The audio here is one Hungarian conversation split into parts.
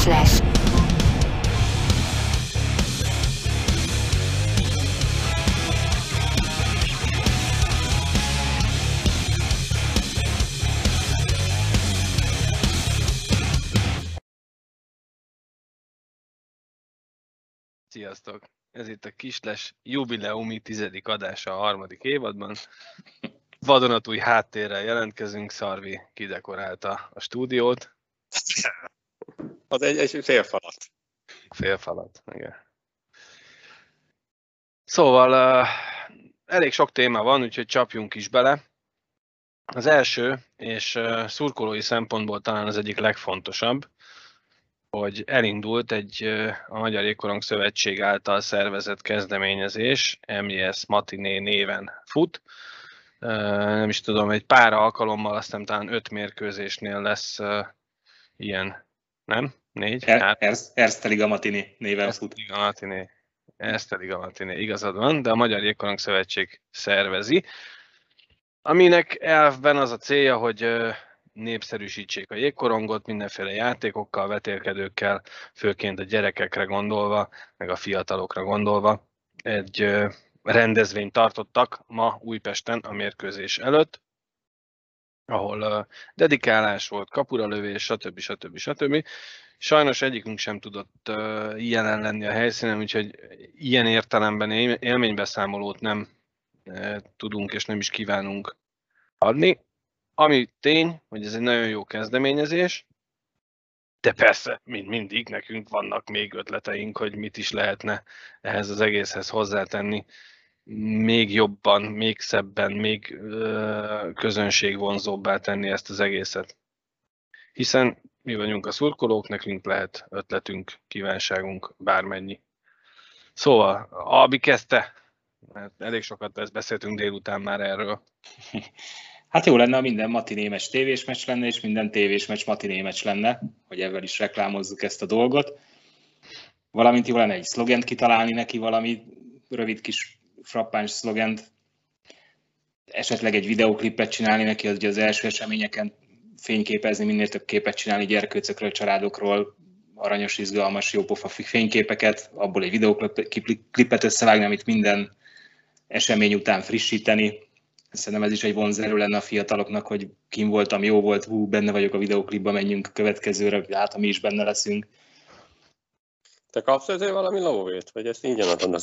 Kisles. Sziasztok! Ez itt a Kisles jubileumi 10. adása a harmadik évadban. Vadonatúj háttérrel jelentkezünk, Szarvi kidekorálta a stúdiót. Az egy félfalat. Félfalat, igen. Szóval elég sok téma van, úgyhogy csapjunk is bele. Az első, és szurkolói szempontból talán az egyik legfontosabb, hogy elindult a Magyar Jégkorong Szövetség által szervezett kezdeményezés, MJS Matiné néven fut. Nem is tudom, egy pár alkalommal, aztán talán 5 mérkőzésnél lesz ilyen, nem? 4? Erste Liga Matiné néven fut. Erste Liga Matiné, igazad van, de a Magyar Jégkorong Szövetség szervezi, aminek elvben az a célja, hogy népszerűsítsék a jégkorongot mindenféle játékokkal, vetélkedőkkel, főként a gyerekekre gondolva, meg a fiatalokra gondolva. Egy rendezvényt tartottak ma Újpesten a mérkőzés előtt, ahol dedikálás volt, kapuralövés, stb. Sajnos egyikünk sem tudott jelen lenni a helyszínen, úgyhogy ilyen értelemben élménybeszámolót nem tudunk és nem is kívánunk adni. Ami tény, hogy ez egy nagyon jó kezdeményezés, de persze, mint mindig, nekünk vannak még ötleteink, hogy mit is lehetne ehhez az egészhez hozzátenni, még jobban, még szebben, még közönségvonzóbbá tenni ezt az egészet. Hiszen mi vagyunk a szurkolók, nekünk lehet ötletünk, kívánságunk, bármennyi. Szóval, Albi kezdte, mert elég sokat beszéltünk délután már erről. Hát jó lenne, ha minden matinémes tévés meccs lenne, és minden tévés meccs matinémes lenne, hogy ezzel is reklámozzuk ezt a dolgot. Valamint jó lenne egy szlogent kitalálni neki, valami rövid kis frappáns szlogent. Esetleg egy videóklipet csinálni neki, hogy az első eseményeken fényképezni, minél több képet csinálni gyerkőcökről, családokról, aranyos, izgalmas, jópofa fényképeket, abból egy videóklipet összevágni, amit minden esemény után frissíteni. Szerintem ez is egy vonzerő lenne a fiataloknak, hogy kim voltam, jó volt, benne vagyok a videóklipben, menjünk a következőre, hát ha mi is benne leszünk. Te kapsz ezért valami lóvét? Vagy ezt ingyen adod?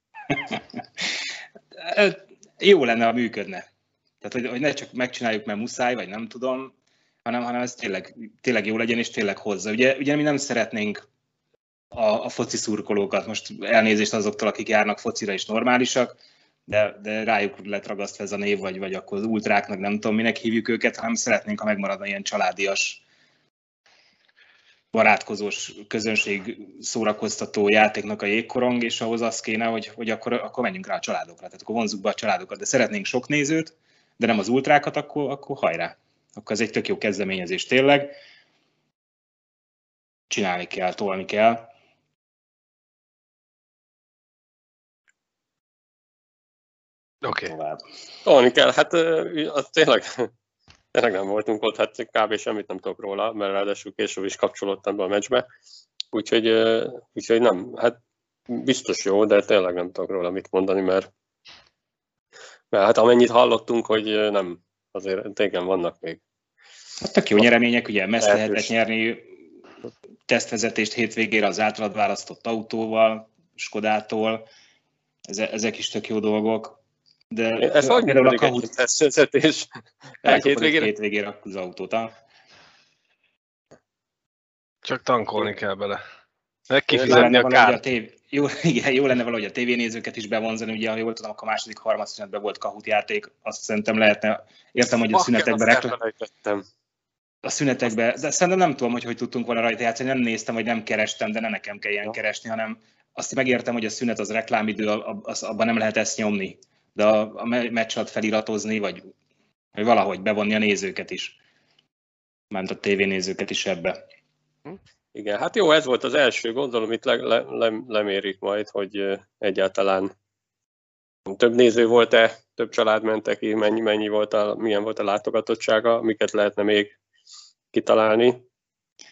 Jó lenne, ha működne. Tehát, hogy ne csak megcsináljuk, mert muszáj, vagy nem tudom, hanem ez tényleg jó legyen, és tényleg hozza. Ugye mi nem szeretnénk a foci szurkolókat, most elnézést azoktól, akik járnak focira is normálisak, de rájuk lett ragasztva ez a név, vagy akkor az ultráknak, nem tudom, minek hívjuk őket, hanem szeretnénk, ha megmaradna ilyen családias, barátkozós, közönség szórakoztató játéknak a jégkorong, és ahhoz az kéne, hogy akkor menjünk rá a családokra, tehát akkor vonzzuk be a családokat, de szeretnénk sok nézőt, de nem az ultrákat, akkor hajrá. Akkor ez egy tök jó kezdeményezés tényleg. Csinálni kell, tolni kell. Oké. Tolni kell, hát az tényleg nem voltunk ott, hát kb. Semmit nem tudok róla, mert ráadásul később is kapcsolódtam be a meccsbe. Úgyhogy nem, hát biztos jó, de tényleg nem tudok róla mit mondani, mert hát amennyit hallottunk, hogy nem, azért tényleg vannak még. Hát tök jó nyeremények, ugye meszt lehetett nyerni tesztvezetést hétvégére az általad választott autóval, Skodától, ezek is tök jó dolgok. De ez hogy működik egy tesztvezetés? Hétvégére az autót. Csak tankolni kell bele. Megkifizetni a kárt. Jó lenne valahogy a tévénézőket is bevonzani, ugye, ha jól tudom, akkor a második, harmadik szünetben volt Kahoot játék, azt szerintem lehetne, értem, hogy a szünetekben a szünetekben, de szerintem nem tudom, hogy tudtunk volna rajta játszani, nem néztem, vagy nem kerestem, de ne nekem kelljen keresni, hanem azt megértem, hogy a szünet az reklámidő, abban nem lehet ezt nyomni, de a meccs alatt feliratozni, vagy valahogy bevonni a nézőket is, mármint a tévénézőket is ebbe. Igen, hát jó, ez volt az első, gondolom itt lemérik majd, hogy egyáltalán több néző volt-e, több család mentek ki, milyen volt a látogatottsága, miket lehetne még kitalálni.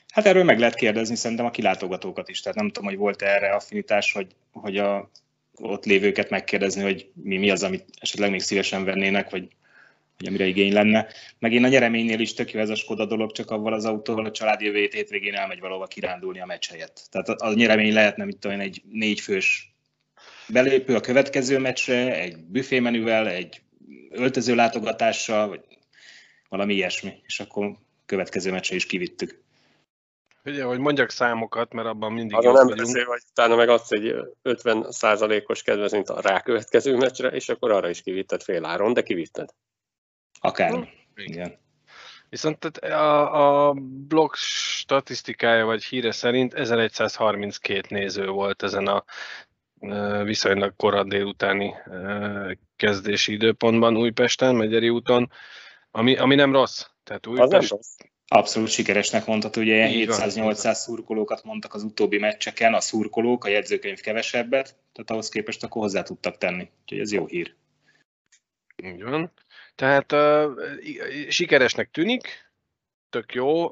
Hát erről meg lehet kérdezni szerintem a kilátogatókat is. Tehát nem tudom, hogy volt erre affinitás, hogy a ott lévőket megkérdezni, hogy mi az, amit esetleg még szívesen vennének, vagy amire igény lenne. Meg én a nyereménynél is tök jó ez a Skoda dolog, csak avval az autóval a család jövő hétvégén elmegy valahova kirándulni a meccs helyett. Tehát a nyeremény lehetne, mit tudom én, egy 4 fős belépő a következő meccsre, egy büfémenüvel, egy öltöző látogatással, vagy valami ilyesmi, és akkor következő meccsre is kivittük. Ugye, hogy mondjak számokat, mert abban mindig arra nem beszél, hogy utána meg adsz egy 50%-os kedvezményt a rákövetkező meccsre, és akkor arra is kivitted fél áron, de kivitted. Akár. Igen. Viszont a blog statisztikája vagy híre szerint 1132 néző volt ezen a viszonylag korán délutáni kezdési időpontban Újpesten, Megyeri úton, ami nem rossz. Tehát Az nem rossz. Abszolút sikeresnek mondható, ugye 700-800 szurkolókat mondtak az utóbbi meccseken, a szurkolók, a jegyzőkönyv kevesebbet, tehát ahhoz képest akkor hozzá tudtak tenni. Úgyhogy ez jó hír. Így van. Tehát sikeresnek tűnik, tök jó.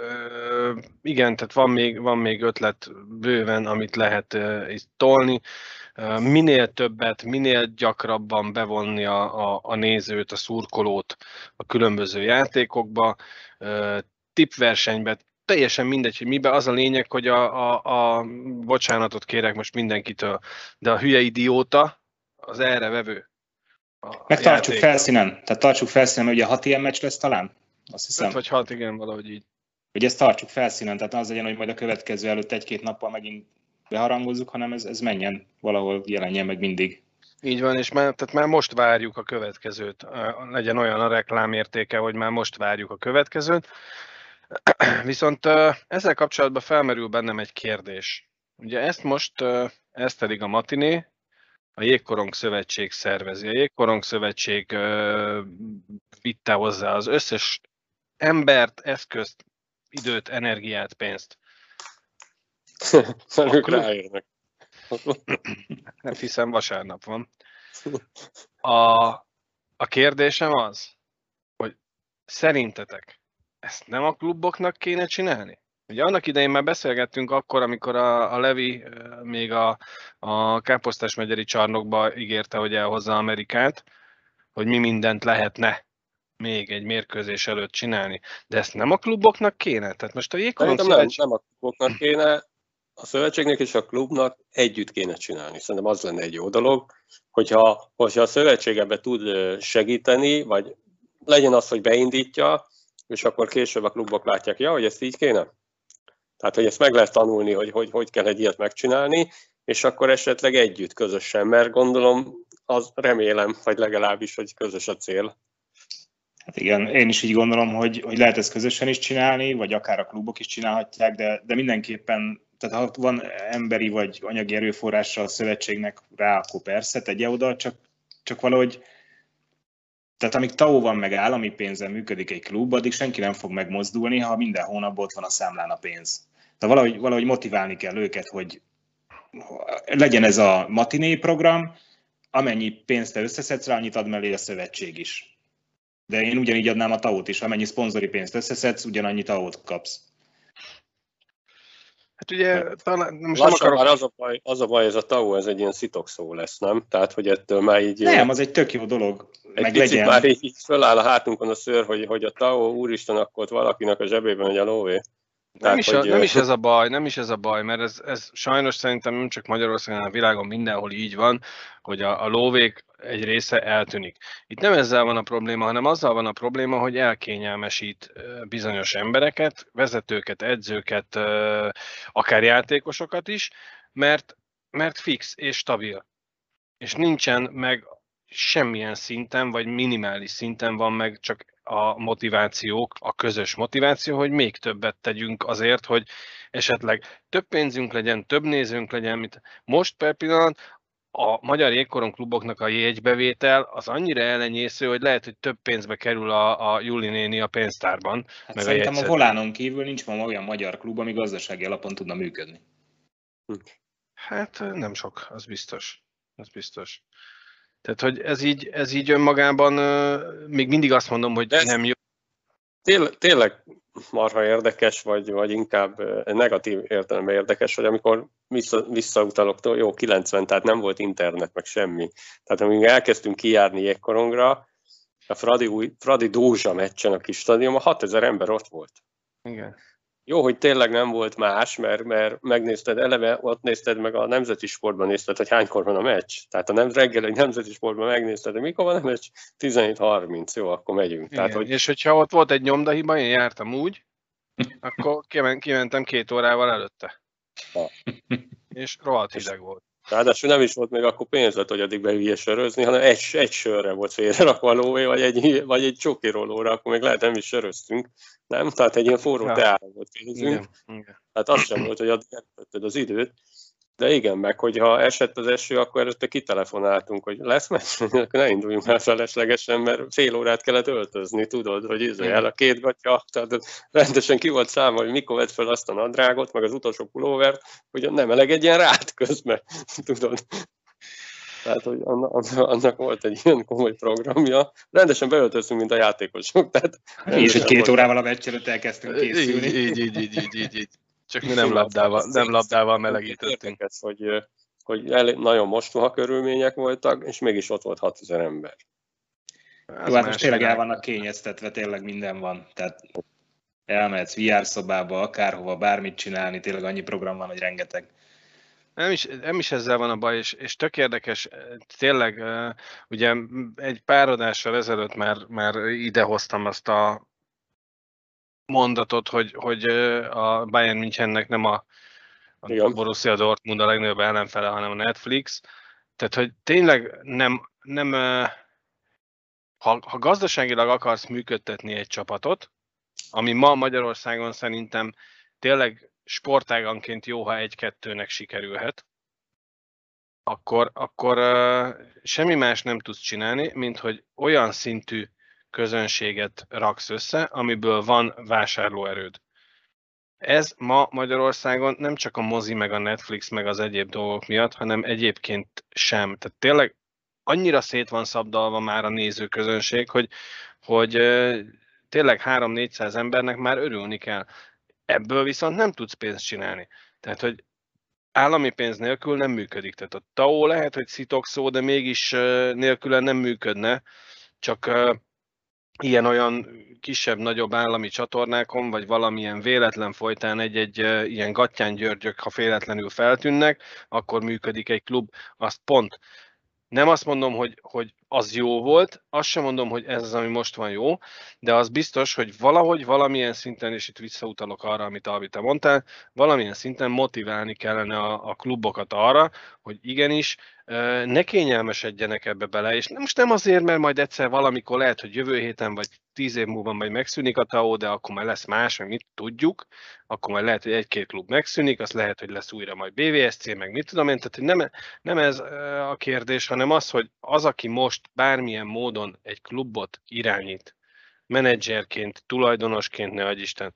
Igen, tehát van még ötlet bőven, amit lehet itt tolni. Minél többet, minél gyakrabban bevonni a nézőt, a szurkolót a különböző játékokba, tippversenybe, teljesen mindegy, hogy miben. Az a lényeg, hogy a bocsánatot kérek most mindenkitől, de a hülye idióta az erre vevő. Meg tartsuk felszínen, tehát tartsuk felszínen, mert ugye 6 ilyen meccs lesz talán? Azt hiszem. 5 vagy 6, igen, valahogy így. Hogy ezt tartsuk felszínen, tehát az legyen, hogy majd a következő előtt 1-2 nappal megint beharangozzuk, hanem ez menjen, valahol jelenjen meg mindig. Így van, és már most várjuk a következőt. Legyen olyan a reklámértéke, hogy már most várjuk a következőt. Viszont ezzel kapcsolatban felmerül bennem egy kérdés. Ugye ezt pedig a Matiné, a Jégkorong Szövetség szervezi. A Jégkorong Szövetség vitte hozzá az összes embert, eszközt, időt, energiát, pénzt. Ők ráérnek. Nem hiszem, vasárnap van. A kérdésem az, hogy szerintetek ezt nem a kluboknak kéne csinálni? Ugye annak idején már beszélgettünk akkor, amikor a Levi még a Káposztás-megyeri csarnokba ígérte, hogy elhozza Amerikát, hogy mi mindent lehetne még egy mérkőzés előtt csinálni. De ezt nem a kluboknak kéne? Tehát most a Jégkorong Szövetség... Nem a kluboknak kéne, a szövetségnek és a klubnak együtt kéne csinálni. Szerintem az lenne egy jó dolog, hogyha a szövetség ebbe tud segíteni, vagy legyen az, hogy beindítja, és akkor később a klubok látják, hogy ezt így kéne. Tehát, hogy ezt meg lehet tanulni, hogy kell egy ilyet megcsinálni, és akkor esetleg együtt, közösen, mert gondolom, remélem, vagy legalábbis, hogy közös a cél. Hát igen, én is így gondolom, hogy lehet ezt közösen is csinálni, vagy akár a klubok is csinálhatják, de mindenképpen, tehát ha van emberi vagy anyagi erőforrása a szövetségnek rá, akkor persze tegye oda, csak valahogy, tehát amíg TAO van meg állami pénzen működik egy klub, addig senki nem fog megmozdulni, ha minden hónapban ott van a számlán a pénz. Tehát valahogy motiválni kell őket, hogy legyen ez a matiné program, amennyi pénzt te összeszedsz rá, annyit ad mellé a szövetség is. De én ugyanígy adnám a TAO-t is, amennyi szponzori pénzt összeszedsz, ugyanannyi TAO-t kapsz. Hát ugye, talán most nem akarok... az a baj, ez a TAO, ez egy ilyen szitokszó lesz, nem? Tehát, hogy ettől már így... Nem, az egy tök jó dolog. Egy meg picit legyen. Már így föláll a hátunkon a szőr, hogy a TAO, úristen, akkor ott valakinek a zsebében megy a lóvé. Nem is ez a baj, mert ez sajnos szerintem nem csak Magyarországon, hanem a világon mindenhol így van, hogy a lóvék egy része eltűnik. Itt nem ezzel van a probléma, hanem azzal van a probléma, hogy elkényelmesít bizonyos embereket, vezetőket, edzőket, akár játékosokat is, mert fix és stabil. És nincsen meg semmilyen szinten, vagy minimális szinten van meg csak a motivációk, a közös motiváció, hogy még többet tegyünk azért, hogy esetleg több pénzünk legyen, több nézőnk legyen, mint most per pillanat. A magyar jégkorong kluboknak a jegybevétel az annyira ellenyésző, hogy lehet, hogy több pénzbe kerül a Juli néni a pénztárban. Hát szerintem a Volánon kívül nincs ma olyan magyar klub, ami gazdasági alapon tudna működni. Hát nem sok, az biztos. Az biztos. Tehát, hogy ez így önmagában még mindig azt mondom, hogy nem jó. Tényleg marha érdekes, vagy inkább negatív értelemben érdekes, hogy amikor visszautalok, jó, 90, tehát nem volt internet, meg semmi. Tehát amikor elkezdtünk kijárni jégkorongra, a Fradi Dózsa meccsen a kis stadionban 6000 ember ott volt. Igen. Jó, hogy tényleg nem volt más, mert megnézted eleve, ott nézted meg a Nemzeti Sportban nézted, hogy hánykor van a meccs. Tehát a reggel egy Nemzeti Sportban megnézted, hogy mikor van a meccs, 17:30, jó, akkor megyünk. Tehát, hogy... És hogyha ott volt egy nyomdahiba, én jártam úgy, akkor kimentem 2 órával előtte. És rohadt hideg volt. Ráadásul nem is volt még akkor pénzlet, hogy addig beülje sörözni, hanem egy sörre volt félrerakva a lóvé, vagy egy csokirolóra, akkor még lehet nem is söröztünk. Nem? Tehát egy ilyen forró teára volt pénzünk. Igen. Tehát az sem volt, hogy addig eltöltöd az időt. De igen, meg hogyha esett az eső, akkor előtte kitelefonáltunk, hogy lesz meccs, akkor ne induljunk el feleslegesen, mert fél órát kellett öltözni, tudod, hogy el a 2 gatya, tehát rendesen ki volt számolva, hogy mikor vett fel azt a nadrágot, meg az utolsó pulóvert, hogy nem elegedjen rád közben, tudod. Tehát, hogy annak volt egy ilyen komoly programja. Rendesen beöltöztünk, mint a játékosok. Tehát és egy 2 órával a meccs előtt elkezdtünk készülni. Így. Csak mi nem labdával melegítettünk. Hogy nagyon mostoha körülmények voltak, és mégis ott volt 6000 ember. Jó, hát most tényleg el vannak kényeztetve, tényleg minden van. Tehát elmehetsz VR szobába, akárhova, bármit csinálni, tényleg annyi program van, hogy rengeteg. Nem is ezzel van a baj, és tök érdekes, tényleg, ugye egy pár adással ezelőtt már idehoztam azt a mondatot, hogy a Bayern Münchennek nem a Borussia Dortmund a legnagyobb ellenfele, hanem a Netflix. Tehát, hogy tényleg nem ha gazdaságilag akarsz működtetni egy csapatot, ami ma Magyarországon szerintem tényleg sportáganként jó, ha 1-2-nek sikerülhet, akkor semmi más nem tudsz csinálni, mint hogy olyan szintű közönséget raksz össze, amiből van vásárlóerőd. Ez ma Magyarországon nem csak a mozi, meg a Netflix, meg az egyéb dolgok miatt, hanem egyébként sem. Tehát tényleg annyira szét van szabdalva már a nézőközönség, hogy tényleg 300-400 embernek már örülni kell. Ebből viszont nem tudsz pénzt csinálni. Tehát, hogy állami pénz nélkül nem működik. Tehát a TAO lehet, hogy szitokszó, de mégis nélküle nem működne, csak ilyen-olyan kisebb-nagyobb állami csatornákon, vagy valamilyen véletlen folytán egy ilyen Gattyán Györgyök, ha véletlenül feltűnnek, akkor működik egy klub, azt pont. Nem azt mondom, hogy az jó volt, azt sem mondom, hogy ez az, ami most van jó, de az biztos, hogy valahogy, valamilyen szinten, és itt visszautalok arra, amit Albi, te mondtál, valamilyen szinten motiválni kellene a klubokat arra, hogy igenis ne kényelmesedjenek ebbe bele, és most nem azért, mert majd egyszer valamikor lehet, hogy jövő héten, vagy 10 év múlva majd megszűnik a TAO, de akkor majd lesz más, meg mit tudjuk, akkor majd lehet, hogy 1-2 klub megszűnik, az lehet, hogy lesz újra majd BVSC, meg mit tudom én, tehát hogy nem ez a kérdés, hanem az, hogy az, aki most bármilyen módon egy klubot irányít, menedzserként, tulajdonosként, ne adj Isten,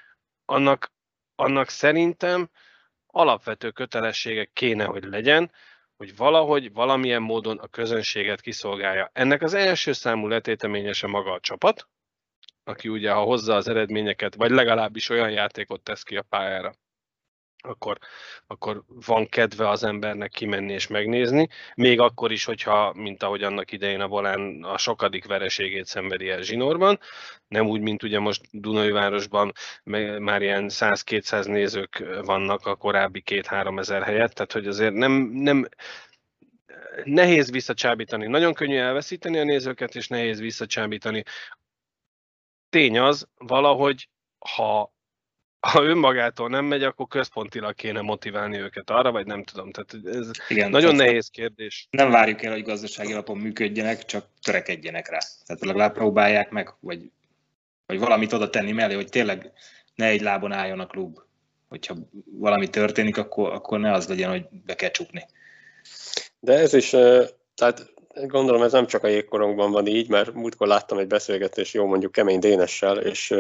annak szerintem alapvető kötelessége kéne, hogy legyen, hogy valahogy, valamilyen módon a közönséget kiszolgálja. Ennek az első számú letéteményese maga a csapat, aki ugye, ha hozza az eredményeket, vagy legalábbis olyan játékot tesz ki a pályára, akkor van kedve az embernek kimenni és megnézni, még akkor is, hogyha, mint ahogy annak idején a Volán a sokadik vereségét szenvedi el zsinórban, nem úgy, mint ugye most Dunaújvárosban már ilyen 100-200 nézők vannak a korábbi 2-3 ezer helyett, tehát hogy azért nem nehéz visszacsábítani. Nagyon könnyű elveszíteni a nézőket, és nehéz visszacsábítani. Tény az, valahogy, ha önmagától nem megy, akkor központilag kéne motiválni őket arra, vagy nem tudom. Tehát ez igen, nagyon nehéz kérdés. Nem várjuk el, hogy gazdasági alapon működjenek, csak törekedjenek rá. Tehát legalább próbálják meg, vagy valamit oda tenni mellé, hogy tényleg ne egy lábon álljon a klub. Hogyha valami történik, akkor ne az legyen, hogy be kell csukni. De ez is, tehát gondolom ez nem csak a jégkorongban van így, mert múltkor láttam egy beszélgetést, jó mondjuk Kemény Dénessel,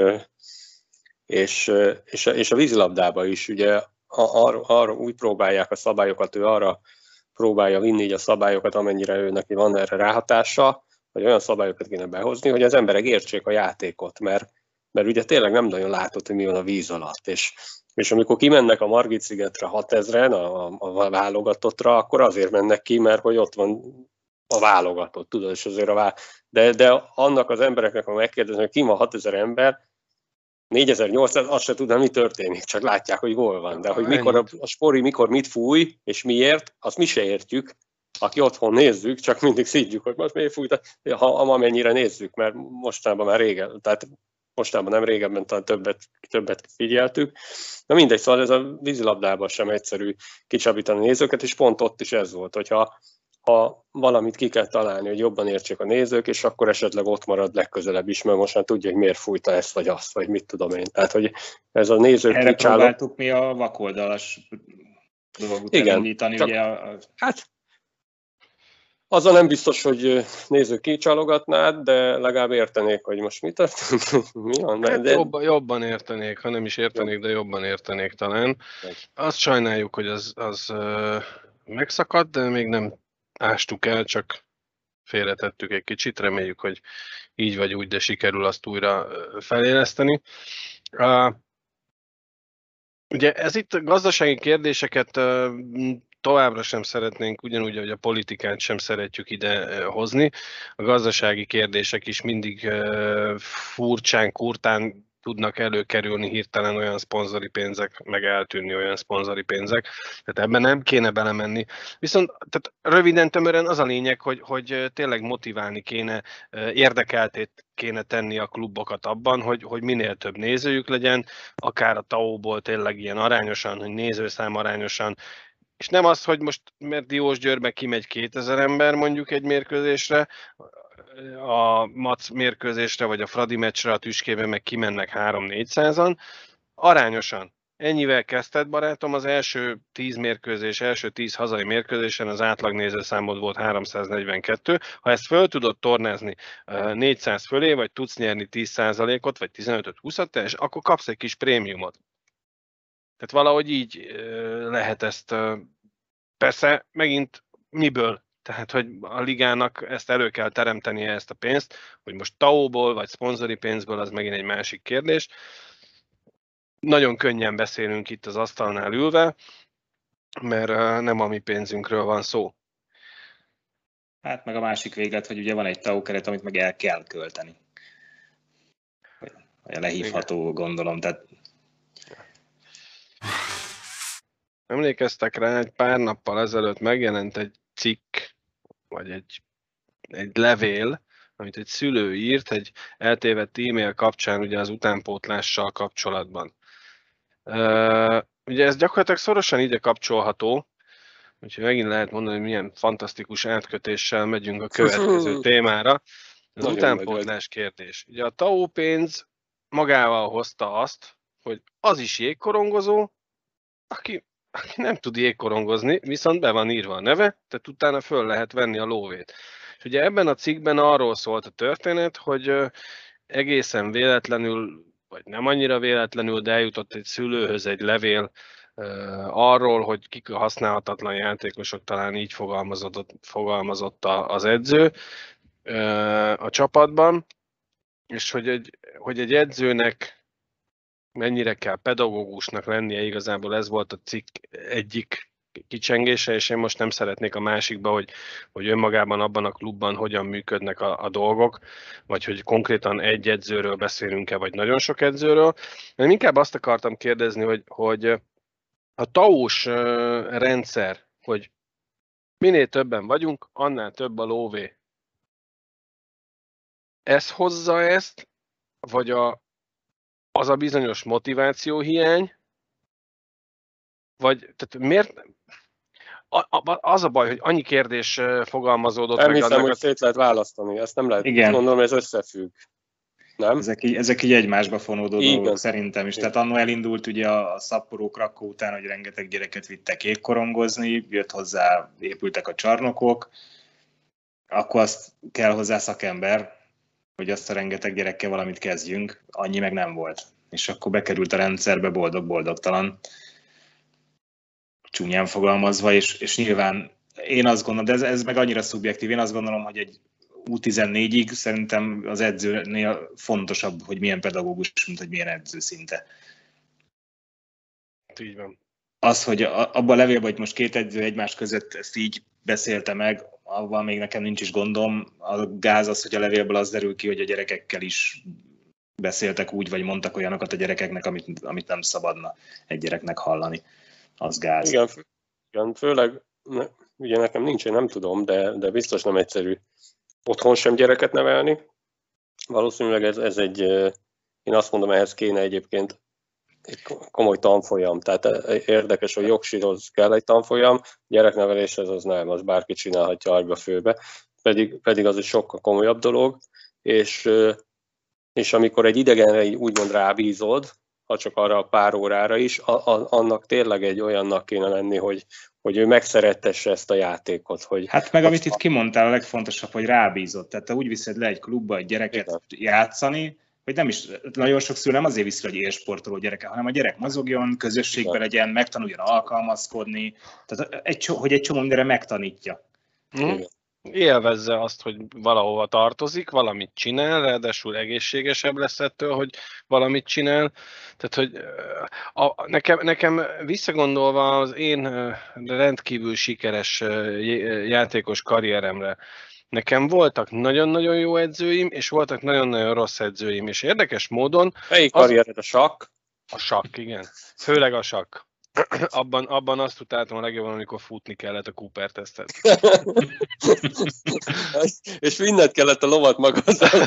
és a vízilabdában is ugye arra úgy próbálják a szabályokat, ő arra próbálja vinni így a szabályokat, amennyire ő neki van erre ráhatása, vagy olyan szabályokat kéne behozni, hogy az emberek értsék a játékot, mert mert ugye tényleg nem nagyon látod, hogy mi van a víz alatt, és amikor kimennek a Margit-szigetre 6000-en a válogatottra, akkor azért mennek ki, mert hogy ott van a válogatott, tudod, és azért de annak az embereknek, ha megkérdezni, hogy ki van 6000 ember, 4800, azt se tudná, mi történik, csak látják, hogy hol van. De hogy mikor a spori, mikor mit fúj, és miért, azt mi se értjük. Aki otthon nézzük, csak mindig szidjuk, hogy most miért fújt, amennyire nézzük, mert mostában már régen, tehát mostában nem régebben talán többet figyeltük. Na mindegy, szóval ez a vízilabdában sem egyszerű kicsapítani nézőket, és pont ott is ez volt, hogyha valamit ki kell találni, hogy jobban értsék a nézők, és akkor esetleg ott marad legközelebb is, mert most már tudja, hogy miért fújta ezt vagy azt, vagy mit tudom én. Tehát, hogy ez a nézők erre próbáltuk mi a vakoldalas dolgot elindítani. Ugye Hát azzal nem biztos, hogy nézők kicsalogatnád, de legalább értenék, hogy most mi történt. Mi van? Hát jobban értenék, ha nem is értenék, de jobban értenék talán. Azt sajnáljuk, hogy az megszakadt, de még nem ástuk el, csak félretettük egy kicsit, reméljük, hogy így vagy úgy, de sikerül azt újra feléleszteni. Ugye ez itt gazdasági kérdéseket továbbra sem szeretnénk, ugyanúgy, hogy a politikát sem szeretjük ide hozni. A gazdasági kérdések is mindig furcsán, kurtán tudnak előkerülni hirtelen olyan szponzori pénzek, meg eltűnni olyan szponzori pénzek. Tehát ebben nem kéne belemenni. Viszont tehát röviden, tömören az a lényeg, hogy tényleg motiválni kéne, érdekeltét kéne tenni a klubokat abban, hogy minél több nézőjük legyen, akár a TAO-ból tényleg ilyen arányosan, hogy nézőszám arányosan, és nem az, hogy most, mert Diósgyőrbe kimegy 2000 ember mondjuk egy mérkőzésre, a Mac mérkőzésre, vagy a Fradi meccsre a Tüskében meg kimennek 3-400-an, arányosan. Ennyivel kezdted, barátom, az első 10 mérkőzés, első 10 hazai mérkőzésen az átlag nézőszámod volt 342. Ha ezt föl tudod tornázni 400 fölé, vagy tudsz nyerni 10%-ot, vagy 15-20-at, akkor kapsz egy kis prémiumot. Tehát valahogy így lehet ezt, persze megint miből? Tehát, hogy a ligának ezt elő kell teremtenie, ezt a pénzt, hogy most TAO-ból vagy szponzori pénzből, az megint egy másik kérdés. Nagyon könnyen beszélünk itt az asztalnál ülve, mert nem a mi pénzünkről van szó. Hát meg a másik véglet, hogy ugye van egy TAO keret, amit meg el kell költeni. Vagy lehívható, igen. Gondolom, tehát emlékeztek rá, egy pár nappal ezelőtt megjelent egy cikk, vagy egy levél, amit egy szülő írt, egy eltévedt e-mail kapcsán, ugye az utánpótlással kapcsolatban. Ugye ez gyakorlatilag szorosan ide kapcsolható, úgyhogy megint lehet mondani, hogy milyen fantasztikus átkötéssel megyünk a következő témára. Az utánpótlás kérdés. Ugye a TAO pénz magával hozta azt, hogy az is jégkorongozó, aki nem tud jégkorongozni, viszont be van írva a neve, tehát utána föl lehet venni a lóvét. És ugye ebben a cikkben arról szólt a történet, hogy egészen véletlenül, vagy nem annyira véletlenül, de eljutott egy szülőhöz egy levél arról, hogy kik a használhatatlan játékosok, talán így fogalmazott az edző a csapatban, és hogy egy edzőnek mennyire kell pedagógusnak lennie, igazából ez volt a cikk egyik kicsengése, és én most nem szeretnék a másikba, hogy önmagában abban a klubban hogyan működnek a dolgok, vagy hogy konkrétan egy edzőről beszélünk-e, vagy nagyon sok edzőről. Én inkább azt akartam kérdezni, hogy a TAO-s rendszer, hogy minél többen vagyunk, annál több a lóvé. Ez hozza ezt, vagy az a bizonyos motiváció hiány, vagy tehát miért? Az a baj, hogy annyi kérdés fogalmazódott meg. Nem hiszem, hogy szét lehet választani, ezt nem lehet. Igen. Gondolom, ez összefügg. Nem? Ezek így egymásba fonódó dolgok szerintem is. Tehát annól elindult ugye a Sapporo Krakkó után, hogy rengeteg gyereket vittek jégkorongozni, jött hozzá, épültek a csarnokok, akkor azt kell hozzá szakember, hogy azt a rengeteg gyerekkel valamit kezdjünk, annyi meg nem volt. És akkor bekerült a rendszerbe boldog-boldogtalan, csúnyán fogalmazva, és nyilván én azt gondolom, de ez meg annyira szubjektív, én azt gondolom, hogy egy U14-ig szerintem az edzőnél fontosabb, hogy milyen pedagógus, mint hogy milyen edző szinte. Így van. Az, hogy abban a levélben, hogy most két edző egymás között ezt így beszélte meg, abban még nekem nincs is gondom. A gáz az, hogy a levélből az derül ki, hogy a gyerekekkel is beszéltek úgy, vagy mondtak olyanokat a gyerekeknek, amit nem szabadna egy gyereknek hallani. Az gáz. Igen, főleg, ugye nekem nincs, én nem tudom, de biztos nem egyszerű otthon sem gyereket nevelni. Valószínűleg ez egy, én azt mondom, ehhez kéne egyébként egy komoly tanfolyam. Tehát érdekes, hogy jogsihoz kell egy tanfolyam, gyerekneveléshez az nem, az bárki csinálhatja agyba-főbe. Pedig az egy sokkal komolyabb dolog, és amikor egy idegenre úgymond rábízod, ha csak arra a pár órára is, annak tényleg egy olyannak kéne lenni, hogy ő megszerettesse ezt a játékot. Hogy hát meg amit itt kimondtál, a legfontosabb, hogy rábízott. Tehát te úgy viszed le egy klubba egy gyereket játszani, hogy nem is, nagyon sokszor nem azért viszi, hogy élsportoló gyereke, hanem a gyerek mozogjon, közösségben legyen, megtanuljon alkalmazkodni, tehát hogy egy csomó mindenre megtanítja. Élvezze azt, hogy valahova tartozik, valamit csinál, ráadásul egészségesebb lesz ettől, hogy valamit csinál. Tehát, hogy nekem visszagondolva az én rendkívül sikeres játékos karrieremre, nekem voltak nagyon-nagyon jó edzőim, és voltak nagyon-nagyon rossz edzőim, és érdekes módon... Melyik karriered a sakk? A sakk, igen. Főleg a sakk. Abban azt utáltam a legjobban, amikor futni kellett a Cooper-tesztet. És mindent kellett a lovat magazzal.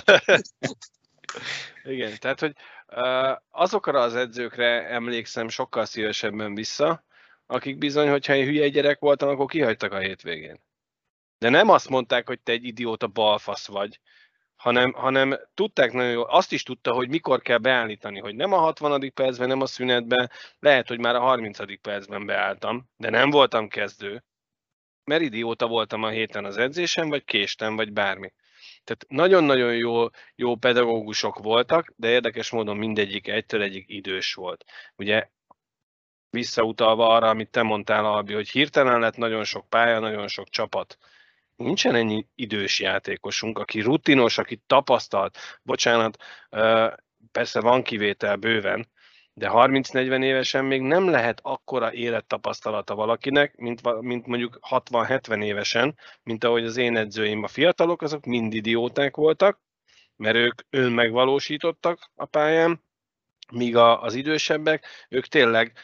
Igen, tehát, hogy azokra az edzőkre emlékszem sokkal szívesebben vissza, akik bizony, hogyha én hülye gyerek voltam, akkor kihagytak a hétvégén. De nem azt mondták, hogy te egy idióta balfasz vagy, hanem tudták nagyon jól, azt is tudta, hogy mikor kell beállítani, hogy nem a 60. percben, nem a szünetben, lehet, hogy már a 30. percben beálltam, de nem voltam kezdő, mert idióta voltam a héten az edzésen, vagy késtem, vagy bármi. Tehát nagyon-nagyon jó pedagógusok voltak, de érdekes módon mindegyik egytől egyik idős volt. Ugye visszautalva arra, amit te mondtál, Albi, hogy hirtelen lett nagyon sok pálya, nagyon sok csapat. Nincsen ennyi idős játékosunk, aki rutinos, aki tapasztalt. Bocsánat, persze van kivétel bőven, de 30-40 évesen még nem lehet akkora élettapasztalata valakinek, mint mondjuk 60-70 évesen, mint ahogy az én edzőim. A fiatalok azok mind idióták voltak, mert ők önmegvalósítottak a pályán, míg az idősebbek, ők tényleg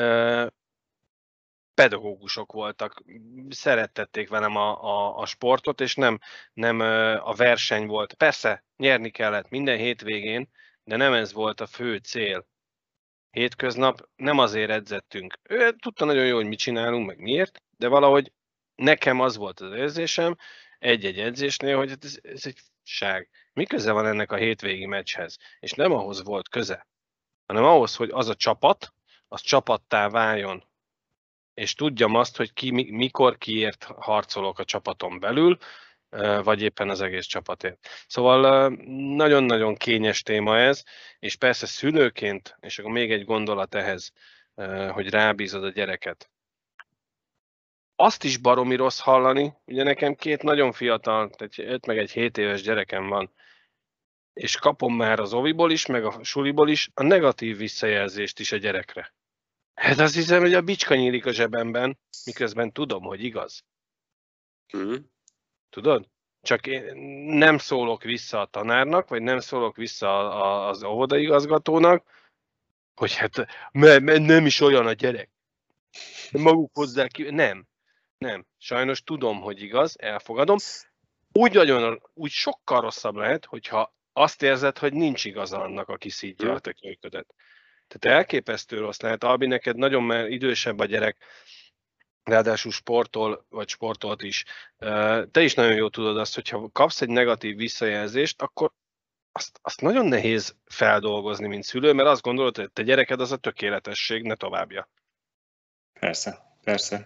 pedagógusok voltak, szerettették velem a sportot, és nem a verseny volt. Persze, nyerni kellett minden hétvégén, de nem ez volt a fő cél. Hétköznap nem azért edzettünk. Ő tudta nagyon jó, hogy mit csinálunk, meg miért, de valahogy nekem az volt az érzésem egy-egy edzésnél, hogy ez egy ság. Mi köze van ennek a hétvégi meccshez? És nem ahhoz volt köze, hanem ahhoz, hogy az a csapat, az csapattá váljon. És tudjam azt, hogy mikor kiért harcolok a csapaton belül, vagy éppen az egész csapatért. Szóval nagyon-nagyon kényes téma ez, és persze szülőként, és akkor még egy gondolat ehhez, hogy rábízod a gyereket. Azt is baromi rossz hallani, ugye nekem két nagyon fiatal, egy 5 meg egy 7 éves gyerekem van, és kapom már az oviból is, meg a suliból is a negatív visszajelzést is a gyerekre. Hát azt hiszem, hogy a bicska nyílik a zsebemben, miközben tudom, hogy igaz. Tudod? Csak én nem szólok vissza a tanárnak, vagy nem szólok vissza az óvodaigazgatónak, hogy hát nem is olyan a gyerek. Maguk hozzák ki. Nem. Sajnos tudom, hogy igaz, elfogadom. Úgy sokkal rosszabb lehet, hogyha azt érzed, hogy nincs igaza annak, aki szidja a tökölyködet. Tehát elképesztő rossz lehet. Albi, neked nagyon már idősebb a gyerek, ráadásul sportol, vagy sportolt is. Te is nagyon jól tudod azt, hogyha kapsz egy negatív visszajelzést, akkor azt nagyon nehéz feldolgozni, mint szülő, mert azt gondolod, hogy te gyereked az a tökéletesség, ne továbbja. Persze,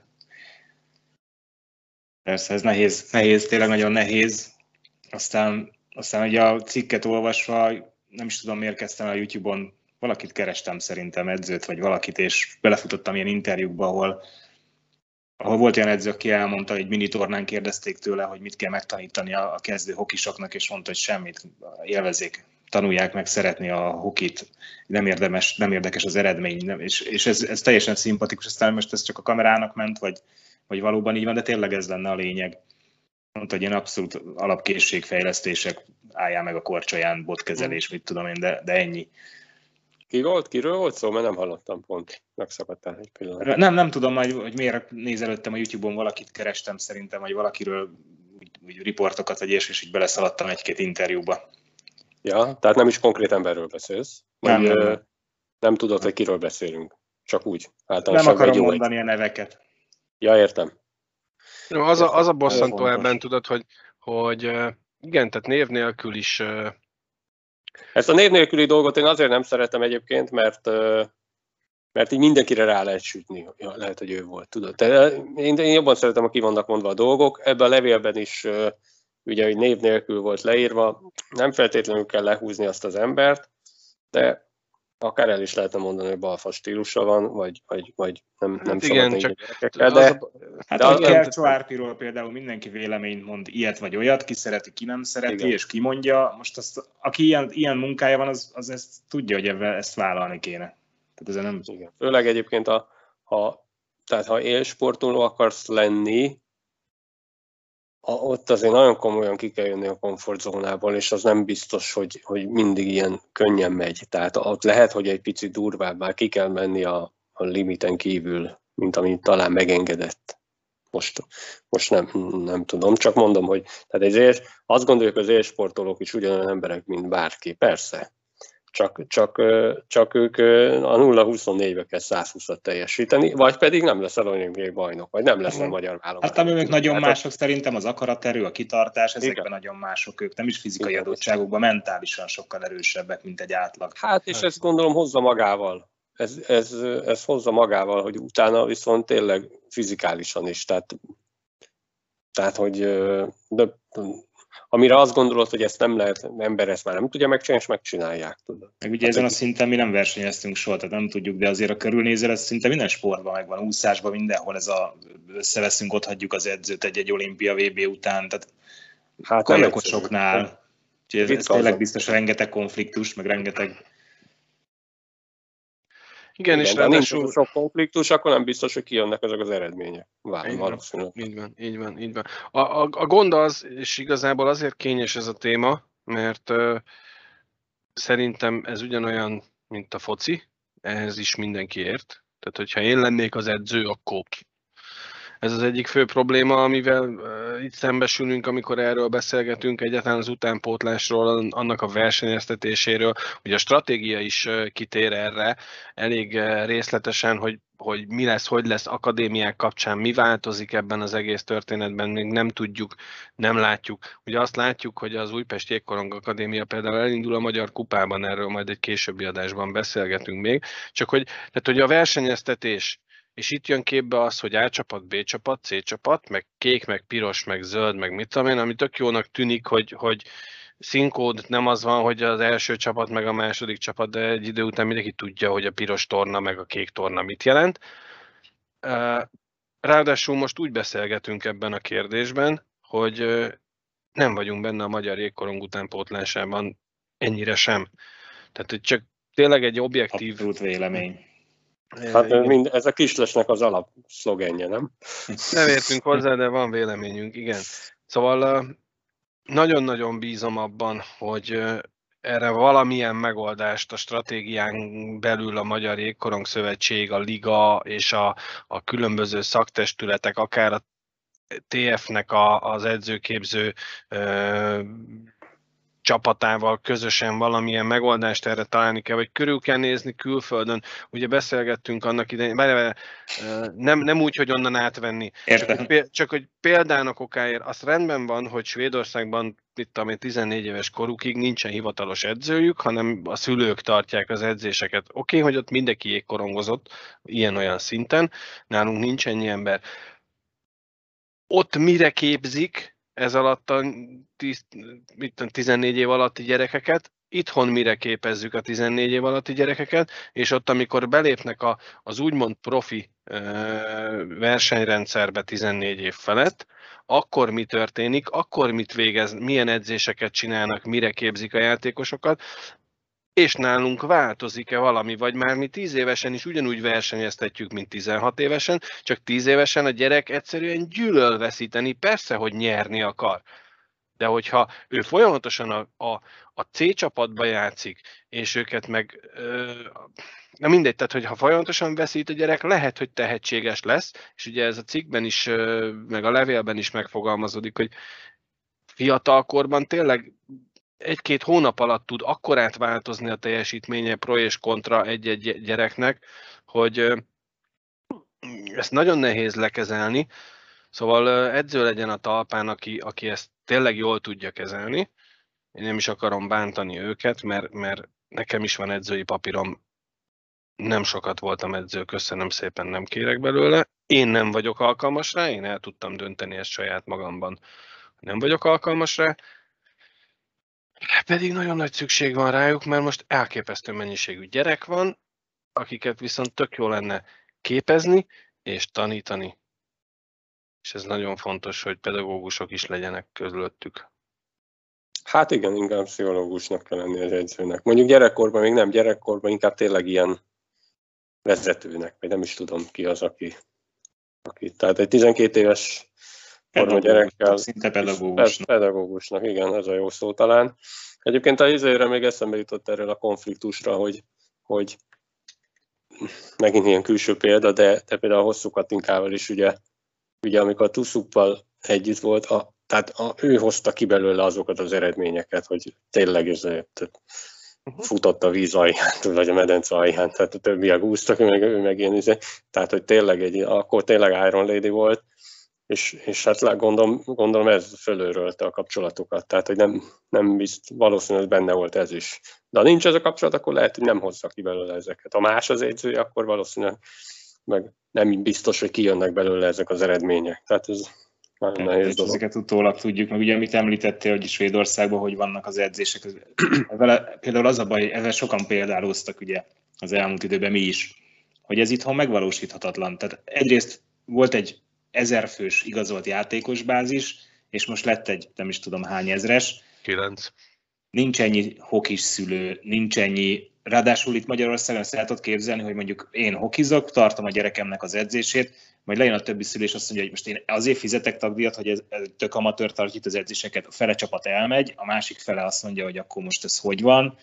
ez nehéz, tényleg nagyon nehéz. Aztán ugye a cikket olvasva, nem is tudom, miért kezdtem a YouTube-on, valakit kerestem szerintem, edzőt, vagy valakit, és belefutottam ilyen interjúkba, ahol ahol volt olyan edző, aki elmondta, hogy mini tornán kérdezték tőle, hogy mit kell megtanítani a kezdő hokisoknak, és mondta, hogy semmit, élvezzék, tanulják meg szeretni a hokit, nem érdekes az eredmény, és ez teljesen szimpatikus, aztán most ez csak a kamerának ment, vagy valóban így van, de tényleg ez lenne a lényeg. Mondta, hogy ilyen abszolút alapkészségfejlesztések, álljál meg a korcsolyán, botkezelés, mit tudom én, de ennyi. Kiről volt szó? Mert nem hallottam pont. Megszakadtál egy pillanat. Nem tudom, hogy miért nézelődtem a YouTube-on, valakit kerestem szerintem, vagy valakiről úgy riportokat, vagy és így beleszaladtam egy-két interjúba. Ja, tehát nem is konkrét emberről beszélsz? Nem tudod, Nem. hogy kiről beszélünk? Csak úgy. Nem akarom mondani a neveket. Ja, értem. Az a bosszantó ebben, tudod, hogy igen, tehát név nélkül is... Ezt a név nélküli dolgot én azért nem szeretem egyébként, mert így mindenkire rá lehet sütni. Ja, lehet, hogy ő volt, tudod. De én jobban szeretem, ha ki vannak mondva a dolgok. Ebben a levélben is ugye, hogy név nélkül volt leírva, nem feltétlenül kell lehúzni azt az embert, de akár el is lehetne mondani, hogy balfa stílusa van, vagy nem Hát igen, csak a Kercsó Árpiról például mindenki véleményt mond, ilyet vagy olyat, ki szereti, ki nem szereti, igen. És ki mondja. Most aki ilyen munkája van, az ezt tudja, hogy ezt vállalni kéne. Tehát nem... Igen. Főleg egyébként, ha élsportoló akarsz lenni, ott azért nagyon komolyan ki kell jönni a komfortzónából, és az nem biztos, hogy mindig ilyen könnyen megy. Tehát ott lehet, hogy egy picit durvább, már ki kell menni a limiten kívül, mint amit talán megengedett. Most nem tudom, csak mondom, hogy tehát azt gondoljuk, hogy az élsportolók is ugyanolyan emberek, mint bárki. Persze. Csak ők a 0-24-be kell 120-at teljesíteni, vagy pedig nem leszel olimpiai bajnok, vagy nem leszel magyar válogatott. Hát ők nagyon mások szerintem, az akaraterő, a kitartás, ezekben nagyon mások ők, nem is fizikai adottságokban, mentálisan sokkal erősebbek, mint egy átlag. Hát és ezt gondolom hozza magával. Ez hozza magával, hogy utána viszont tényleg fizikálisan is. Tehát hogy amire azt gondolod, hogy ezt nem lehet, ember ezt már nem tudja megcsinálni, és megcsinálják. Tudod. Meg ugye ezen a szinten mi nem versenyeztünk soha, tehát nem tudjuk, de azért a körülnézel, ez szinte minden sportban megvan, úszásban, mindenhol összeveszünk, ott hagyjuk az edzőt egy olimpia VB után, tehát kajakosoknál. Ez tényleg biztos rengeteg konfliktus, meg rengeteg... Igen, és ráadásul sok konfliktus, akkor nem biztos, hogy kijönnek ezek az eredmények. Valószínűleg. Így van. A gond az, és igazából azért kényes ez a téma, mert szerintem ez ugyanolyan, mint a foci, ehhez is mindenki ért. Tehát, hogyha én lennék az edző, akkor ez az egyik fő probléma, amivel itt szembesülünk, amikor erről beszélgetünk, egyáltalán az utánpótlásról, annak a versenyeztetéséről. Ugye a stratégia is kitér erre elég részletesen, hogy mi lesz, hogy lesz akadémiák kapcsán, mi változik ebben az egész történetben, még nem tudjuk, nem látjuk. Ugye azt látjuk, hogy az Újpest Jégkorong Akadémia például elindul a Magyar Kupában, erről majd egy későbbi adásban beszélgetünk még, csak hogy a versenyeztetés, és itt jön képbe az, hogy A csapat, B csapat, C csapat, meg kék, meg piros, meg zöld, meg mit tudom én, ami tök jónak tűnik, hogy színkód nem az van, hogy az első csapat, meg a második csapat, de egy idő után mindenki tudja, hogy a piros torna, meg a kék torna mit jelent. Ráadásul most úgy beszélgetünk ebben a kérdésben, hogy nem vagyunk benne a magyar jégkorong utánpótlásában ennyire sem. Tehát, hogy csak tényleg egy objektív... Abszolút vélemény. Hát ez a Kislesnek az alapszlogenje, nem? Nem értünk hozzá, de van véleményünk, igen. Szóval nagyon-nagyon bízom abban, hogy erre valamilyen megoldást a stratégián belül a Magyar Jégkorong Szövetség, a Liga és a különböző szaktestületek, akár a TF-nek az edzőképző csapatával közösen valamilyen megoldást erre találni kell, vagy körül kell nézni külföldön. Ugye beszélgettünk annak idején, nem úgy, hogy onnan átvenni, csak hogy példának okáért, az rendben van, hogy Svédországban 14 éves korukig nincsen hivatalos edzőjük, hanem a szülők tartják az edzéseket. Oké, hogy ott mindenki jégkorongozott ilyen-olyan szinten, nálunk nincs ennyi ember. Ott mire képzik ez alatt a 14 év alatti gyerekeket, itthon mire képezzük a 14 év alatti gyerekeket, és ott, amikor belépnek az úgymond profi versenyrendszerbe 14 év felett, akkor mi történik, akkor mit végez, milyen edzéseket csinálnak, mire képzik a játékosokat, és nálunk változik-e valami, vagy már mi 10 évesen is ugyanúgy versenyeztetjük, mint 16 évesen, csak 10 évesen a gyerek egyszerűen gyűlöl veszíteni, persze, hogy nyerni akar. De hogyha ő folyamatosan a C csapatba játszik, és őket meg, na mindegy, tehát hogyha folyamatosan veszít a gyerek, lehet, hogy tehetséges lesz, és ugye ez a cikkben is, meg a levélben is megfogalmazódik, hogy fiatalkorban tényleg 1-2 hónap alatt tud akkorát változni a teljesítménye pro és kontra egy-egy gyereknek, hogy ezt nagyon nehéz lekezelni. Szóval edző legyen a talpán, aki ezt tényleg jól tudja kezelni. Én nem is akarom bántani őket, mert nekem is van edzői papírom. Nem sokat voltam edző, köszönöm szépen, nem kérek belőle. Én nem vagyok alkalmas rá, én el tudtam dönteni ezt saját magamban. Nem vagyok alkalmas rá, pedig nagyon nagy szükség van rájuk, mert most elképesztő mennyiségű gyerek van, akiket viszont tök jó lenne képezni és tanítani. És ez nagyon fontos, hogy pedagógusok is legyenek közöttük. Hát igen, inkább pszichológusnak kell lenni az edzőnek. Mondjuk gyerekkorban, még nem gyerekkorban, inkább tényleg ilyen vezetőnek, vagy nem is tudom ki az, aki. Tehát egy 12 éves forma gyerekkel. Szinte pedagógusnak. Pedagógusnak, igen, ez a jó szó talán. Egyébként a izére még eszembe jutott erről a konfliktusra, hogy megint ilyen külső példa, de például a Hosszú Katinkával is ugye amikor a Tuszuppal együtt volt, tehát ő hozta ki belőle azokat az eredményeket, hogy tényleg futott a víz alján, vagy a medence alján, tehát a többiek úsztak, ő meg én tehát hogy tényleg akkor tényleg Iron Lady volt, és hát gondolom ez fölőrölte a kapcsolatokat, tehát hogy nem valószínűleg benne volt ez is. De ha nincs ez a kapcsolat, akkor lehet, hogy nem hozza ki belőle ezeket. Ha más az edzője, akkor valószínűleg meg nem biztos, hogy kijönnek belőle ezek az eredmények. Tehát ez nagyon nehéz dolog. Ezeket utólag tudjuk, meg ugye amit említettél, hogy Svédországban hogy vannak az edzések. Például az a baj, ezzel sokan példálóztak ugye az elmúlt időben mi is, hogy ez itthon megvalósíthatatlan. Tehát egyrészt volt egy 1000 fős igazolt játékosbázis, és most lett egy nem is tudom hány ezres. 9. Nincs ennyi hokis szülő, nincs ennyi. Ráadásul itt Magyarországon ezt el tudod képzelni, hogy mondjuk én hokizok, tartom a gyerekemnek az edzését, majd lejön a többi szülő, és azt mondja, hogy most én azért fizetek tagdíjat, hogy ez tök amatőr tartja az edzéseket, a fele csapat elmegy, a másik fele azt mondja, hogy akkor most ez hogy van.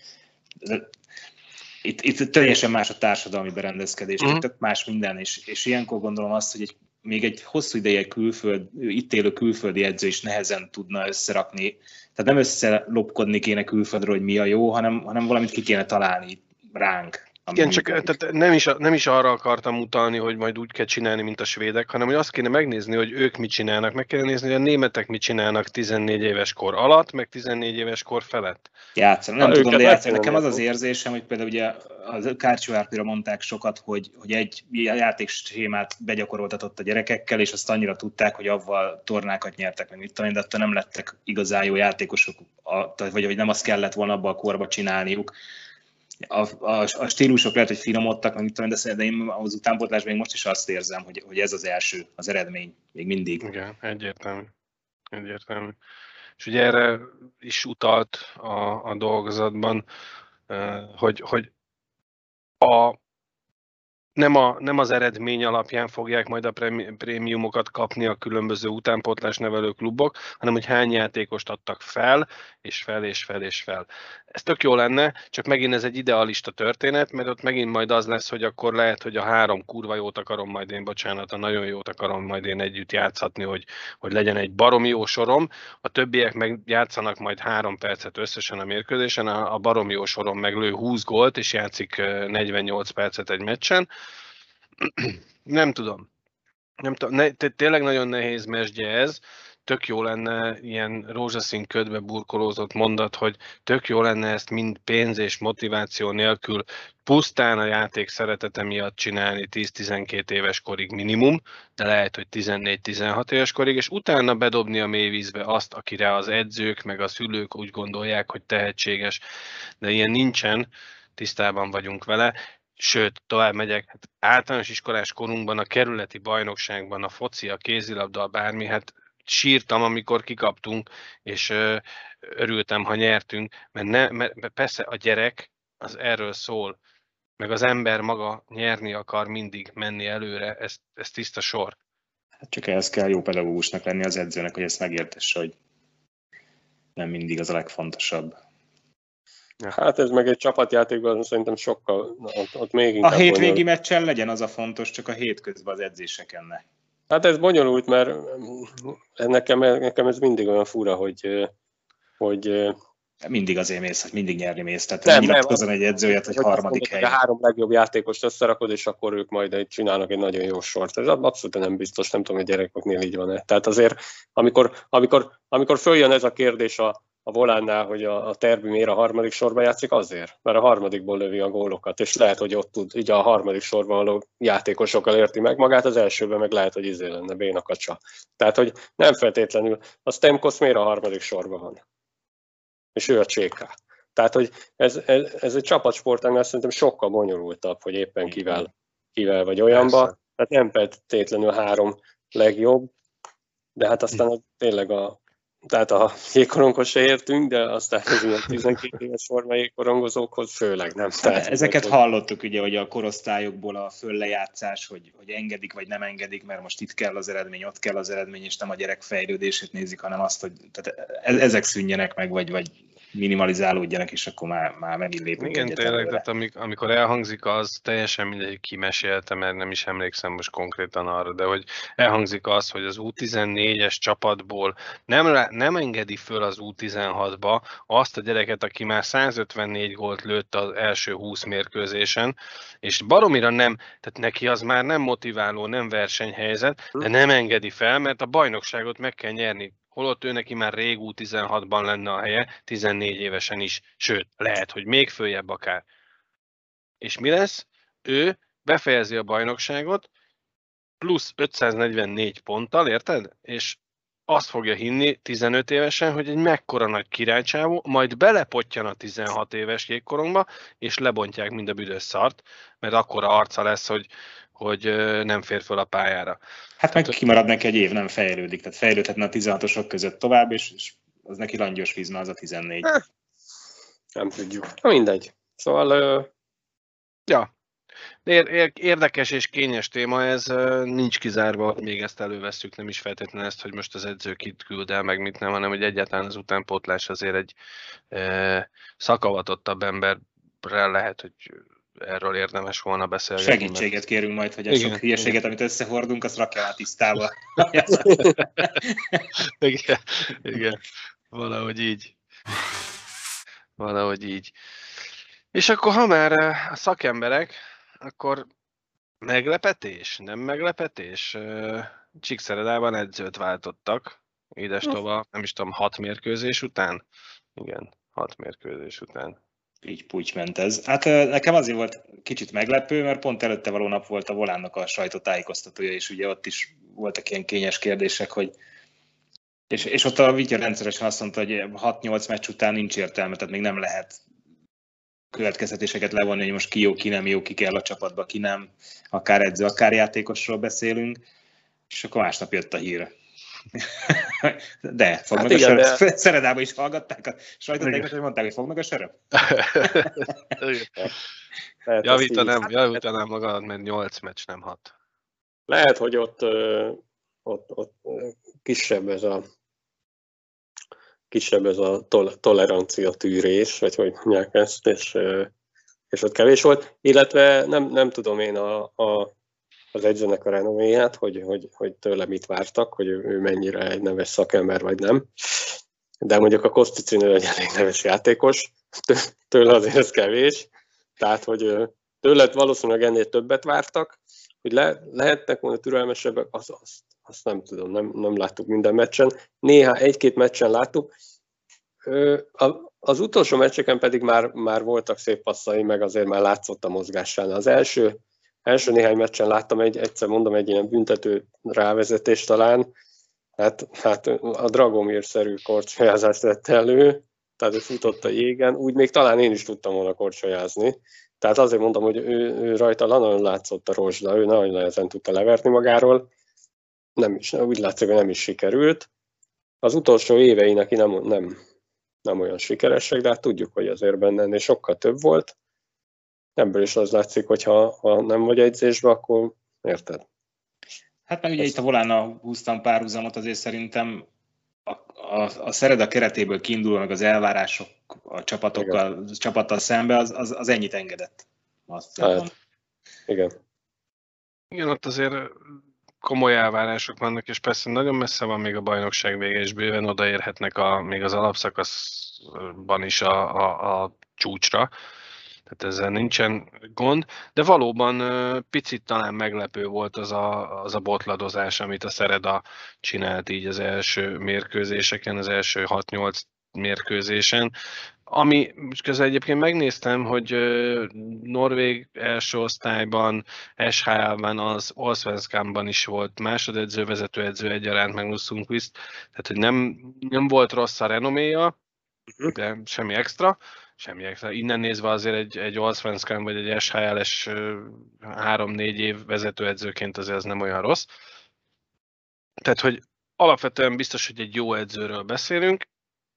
Itt teljesen más a társadalmi berendezkedés, tök más minden, és ilyenkor gondolom azt, hogy még egy hosszú ideje itt élő külföldi edző is nehezen tudna összerakni. Tehát nem összelopkodni kéne külföldről, hogy mi a jó, hanem valamit ki kéne találni ránk. Igen, csak tehát nem is arra akartam utalni, hogy majd úgy kell csinálni, mint a svédek, hanem hogy azt kéne megnézni, hogy ők mit csinálnak. Meg kéne nézni, hogy a németek mit csinálnak 14 éves kor alatt, meg 14 éves kor felett. Játszanak. Nem tudom, de játszani. Nekem az az érzésem, hogy például ugye a Kárcsivárpira mondták sokat, hogy egy játéksémát begyakoroltatott a gyerekekkel, és azt annyira tudták, hogy avval tornákat nyertek, meg mit tudom én, de attól nem lettek igazán jó játékosok, vagy nem azt kellett volna abban a korban csinálniuk. A stílusok lehet, hogy finomodtak, de én az utánpótlásban még most is azt érzem, hogy ez az első, az eredmény, még mindig. Igen, egyértelmű. És ugye erre is utalt a dolgozatban, hogy nem az eredmény alapján fogják majd a prémiumokat kapni a különböző utánpótlás nevelő klubok, hanem hogy hány játékost adtak fel. Ez tök jó lenne, csak megint ez egy idealista történet, mert ott megint majd az lesz, hogy akkor lehet, hogy a 3 kurva jót akarom majd én, a nagyon jót akarom majd én együtt játszhatni, hogy legyen egy baromi jó sorom, a többiek meg játszanak majd 3 percet összesen a mérkőzésen, a baromi jó sorom meg lő 20 gólt, és játszik 48 percet egy meccsen. Nem tudom. Tényleg nagyon nehéz mesdje ez. Tök jó lenne ilyen rózsaszín ködbe burkolózott mondat, hogy tök jó lenne ezt mind pénz és motiváció nélkül pusztán a játék szeretete miatt csinálni 10-12 éves korig minimum, de lehet, hogy 14-16 éves korig, és utána bedobni a mélyvízbe azt, akire az edzők meg a szülők úgy gondolják, hogy tehetséges, de ilyen nincsen, tisztában vagyunk vele. Sőt, tovább megyek, hát általános iskolás korunkban, a kerületi bajnokságban, a foci, a kézilabda, a bármi, hát sírtam, amikor kikaptunk, és örültem, ha nyertünk, mert persze a gyerek az erről szól, meg az ember maga nyerni akar mindig menni előre, ez tiszta sor. Hát csak ehhez kell jó pedagógusnak lenni az edzőnek, hogy ezt megértesse, hogy nem mindig az a legfontosabb. Hát ez meg egy csapatjátékban szerintem sokkal, ott még inkább a hétvégi meccsen legyen az a fontos, csak a hétközben az edzéseken ne. Hát ez bonyolult, mert nekem ez mindig olyan fura, hogy mindig azért mész, hogy mindig nyerni mész. Tehát nyilatkozom egy edzőjét, hogy harmadik hely. A 3 legjobb játékost összerakod, és akkor ők majd csinálnak egy nagyon jó sort. Ez abszolút nem biztos, nem tudom, hogy gyerekeknél így van-e. Tehát azért, amikor följön ez a kérdés a Volánnál, hogy a Terbi miért a harmadik sorban játszik, azért, mert a harmadikból lövi a gólokat, és lehet, hogy ott tud, így a harmadik sorban való játékosokkal érti meg magát, az elsőben meg lehet, hogy lenne Béna Kacsa. Tehát, hogy nem feltétlenül, a Stamkos miért a harmadik sorban van? És ő a CSKA. Tehát, hogy ez egy csapatsportnál szerintem sokkal bonyolultabb, hogy éppen kivel vagy olyanba. Tehát nem feltétlenül 3 legjobb, de hát aztán tényleg tehát a jégkoronghoz se értünk, de aztán az ilyen 12 éves forma jégkorongozókhoz főleg nem. Tehát ezeket hallottuk ugye, hogy a korosztályokból a föllejátszás, hogy engedik vagy nem engedik, mert most itt kell az eredmény, ott kell az eredmény, és nem a gyerek fejlődését nézik, hanem azt, hogy tehát ezek szűnjenek meg, vagy minimalizálódjanak, és akkor már megint lépünk. Igen, tényleg, tehát amikor elhangzik, az teljesen mindegy, ki mesélte, mert nem is emlékszem most konkrétan arra, de hogy elhangzik az, hogy az U14-es csapatból nem engedi föl az U16-ba azt a gyereket, aki már 154 gólt lőtt az első 20 mérkőzésen, és baromira nem, tehát neki az már nem motiváló, nem versenyhelyzet, de nem engedi fel, mert a bajnokságot meg kell nyerni. Holott ő neki már rég U16-ban lenne a helye, 14 évesen is, sőt, lehet, hogy még följebb akár. És mi lesz? Ő befejezi a bajnokságot, plusz 544 ponttal, érted? És azt fogja hinni 15 évesen, hogy egy mekkora nagy királycsávó, majd belepottyan a 16 éves jégkorongba, és lebontják mind a büdös szart, mert akkora arca lesz, hogy nem fér föl a pályára. Hát meg kimarad neki egy év, nem fejlődik. Tehát fejlődhetne a 16-osok között tovább, és az neki langyos vízna az a 14. Nem tudjuk. Na mindegy. Szóval... Ja. Érdekes és kényes téma ez, nincs kizárva, hogy még ezt elővesszük, nem is feltétlenül ezt, hogy most az edző kit küld el, meg mit nem, hanem hogy egyáltalán az utánpótlás azért egy szakavatottabb emberrel lehet, hogy erről érdemes volna beszélgetni. Segítséget kérünk majd, hogy a sok hülyeséget, amit összehordunk, azt rakja át tisztába. igen, valahogy így. És akkor, ha már a szakemberek, akkor meglepetés, nem meglepetés? Csíkszeredában edzőt váltottak, idestova, nem is tudom, 6 mérkőzés után? Igen, 6 mérkőzés után. Így pucs ment ez. Hát nekem azért volt kicsit meglepő, mert pont előtte való nap volt a Volánnak a sajtótájékoztatója, és ugye ott is voltak ilyen kényes kérdések, hogy és ott a Vitya rendszeresen azt mondta, hogy 6-8 meccs után nincs értelme, tehát még nem lehet következtetéseket levonni, hogy most ki jó, ki nem jó, ki kell a csapatba, ki nem, akár edző, akár játékosról beszélünk, és akkor másnap jött a hír. De, fognak a söröp. Szeredában is hallgatták a sajtótájékat, hogy mondták, hogy fognak a söröp. Javítanám magad, mert 8 meccs, nem 6. Lehet, hogy ott kisebb ez a tolerancia tűrés, vagy hogy mondják ezt, és ott kevés volt. Illetve nem tudom én az edzőnek a renoméját, hogy tőle mit vártak, hogy ő mennyire egy neves szakember, vagy nem. De mondjuk a Kosticin egy elég neves játékos, tőle azért ez kevés. Tehát, hogy tőle valószínűleg ennél többet vártak, hogy lehetnek volna türelmesebbek, azt nem tudom, nem láttuk minden meccsen. Néha egy-két meccsen láttuk. Az utolsó meccseken pedig már voltak szép passzai, meg azért már látszott a mozgásán. Az első néhány meccsen láttam egyszer mondom egy ilyen büntető rávezetést talán, hát a Dragomir-szerű korcsolyázást vett elő, tehát ő futott a jégen, úgy még talán én is tudtam volna korcsolyázni. Tehát azért mondom, hogy ő rajta nagyon látszott a rozsda, ő nagyon nehezen tudta leverni magáról, nem is, úgy látszik, hogy nem is sikerült. Az utolsó évei neki nem olyan sikeresek, de hát tudjuk, hogy azért benne ennél sokkal több volt. Ebből is az látszik, hogy ha nem vagy edzésbe, akkor érted? Hát meg ugye itt a volánnal húztam párhuzamot, azért szerintem a Szereda keretéből kiindulva, meg az elvárások a csapattal szembe, az ennyit engedett. Hát, igen. Igen, ott azért komoly elvárások vannak, és persze nagyon messze van még a bajnokság vége, és bőven odaérhetnek még az alapszakaszban is a csúcsra. Tehát ezzel nincsen gond, de valóban picit talán meglepő volt az a botladozás, amit a Szereda csinált így az első mérkőzéseken, az első 6-8 mérkőzésen. Ami közben egyébként megnéztem, hogy norvég első osztályban, SHL-ben, az Allsvenskanban is volt másodedző, vezetőedző egyaránt, meg Sundqvist, tehát hogy nem volt rossz a renoméja, de semmi extra. Innen nézve azért egy Allsvenskan vagy egy SHL-es 3-4 év vezetőedzőként azért ez nem olyan rossz. Tehát, hogy alapvetően biztos, hogy egy jó edzőről beszélünk.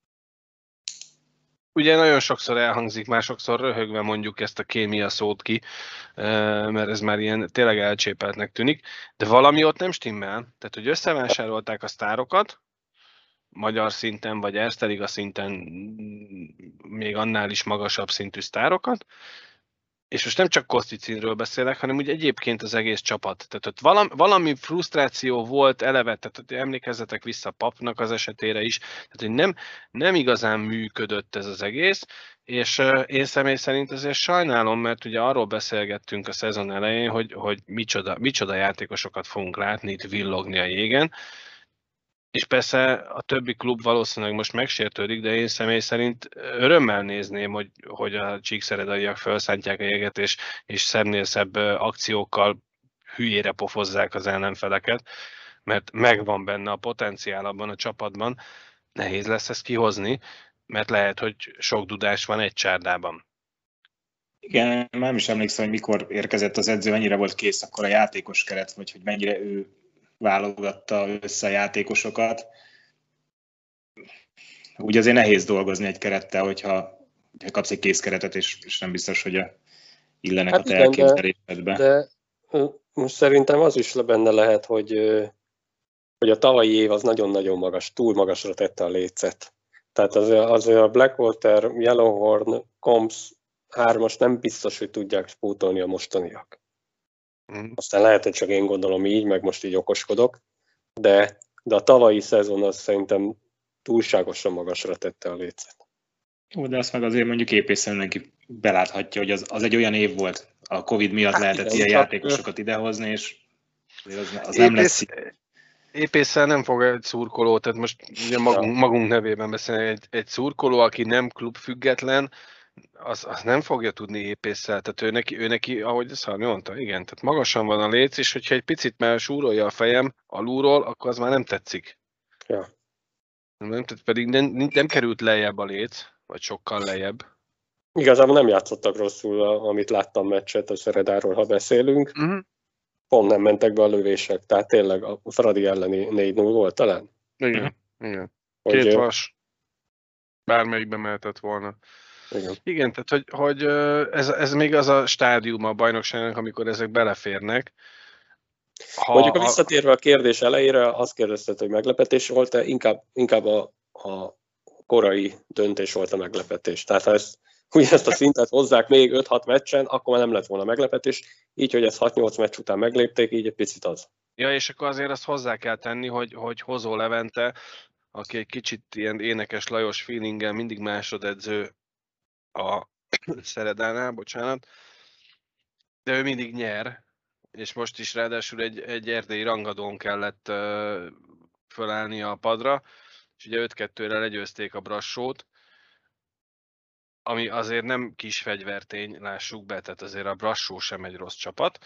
Ugye nagyon sokszor elhangzik, már sokszor röhögve mondjuk ezt a kémia szót ki, mert ez már ilyen tényleg elcsépeltnek tűnik, de valami ott nem stimmel. Tehát, hogy összevásárolták a sztárokat, magyar szinten, vagy Erste Liga szinten még annál is magasabb szintű sztárokat, és most nem csak Koszticinről beszélek, hanem úgy egyébként az egész csapat. Tehát ott valami frusztráció volt eleve, tehát hogy emlékezzetek vissza Papnak az esetére is, tehát hogy nem igazán működött ez az egész, és én személy szerint azért sajnálom, mert ugye arról beszélgettünk a szezon elején, hogy micsoda játékosokat fogunk látni itt villogni a jégen, és persze a többi klub valószínűleg most megsértődik, de én személy szerint örömmel nézném, hogy a csíkszeredaiak felszántják a jeget, és szebbnél szebb akciókkal hülyére pofozzák az ellenfeleket, mert megvan benne a potenciál abban a csapatban. Nehéz lesz ezt kihozni, mert lehet, hogy sok dudás van egy csárdában. Igen, nem is emlékszem, hogy mikor érkezett az edző, mennyire volt kész akkor a játékos keret, vagy hogy mennyire ő válogatta össze a játékosokat. Úgy azért nehéz dolgozni egy kerettel, hogyha kapsz egy kész keretet, és nem biztos, hogy illenek hát a te elképzelésedbe. De most szerintem az is benne lehet, hogy a tavalyi év az nagyon-nagyon magas, túl magasra tette a lécet. Tehát az a Blackwater, Yellowhorn, Combs 3-as nem biztos, hogy tudják spótolni a mostaniak. Aztán lehet, hogy csak én gondolom így, meg most így okoskodok, de a tavalyi szezon az szerintem túlságosan magasra tette a lécet. Jó, de azt meg azért mondjuk épészen mindenki beláthatja, hogy az egy olyan év volt. A Covid miatt lehetett ilyen játékosokat idehozni, és az nem lesz. Épésszel nem fog egy szurkoló, tehát most ugye magunk nevében beszélni, egy szurkoló, aki nem klubfüggetlen, az nem fogja tudni épésszel, tehát ő neki, ahogy Szarni mondta, igen, tehát magasan van a léc, és hogyha egy picit már súrolja a fejem alulról, akkor az már nem tetszik. Ja. Nem, tehát pedig nem került lejjebb a léc, vagy sokkal lejjebb. Igazából nem játszottak rosszul, amit láttam meccset a Szeredáról, ha beszélünk. Pont nem mentek be a lövések, tehát tényleg a Fradi elleni 4-0 volt talán? Igen, igen. Két vas. Bármelyikbe mehetett volna. Igen, tehát hogy ez még az a stádium a bajnokságnak, amikor ezek beleférnek. Mondjuk visszatérve a kérdés elejére, azt kérdezted, hogy meglepetés volt-e, inkább a korai döntés volt a meglepetés. Tehát ha ezt a szintet hozzák még 5-6 meccsen, akkor már nem lett volna meglepetés. Így, hogy ezt 6-8 meccs után meglépték, így egy picit az. Ja, és akkor azért azt hozzá kell tenni, hogy Hozó Levente, aki egy kicsit ilyen Énekes Lajos feelinggel mindig másodedző a Szeredánál, bocsánat, de ő mindig nyer, és most is ráadásul egy erdélyi rangadón kellett fölállni a padra, és ugye 5-2-re legyőzték a Brassót, ami azért nem kis fegyvertény, lássuk be, tehát azért a Brassó sem egy rossz csapat.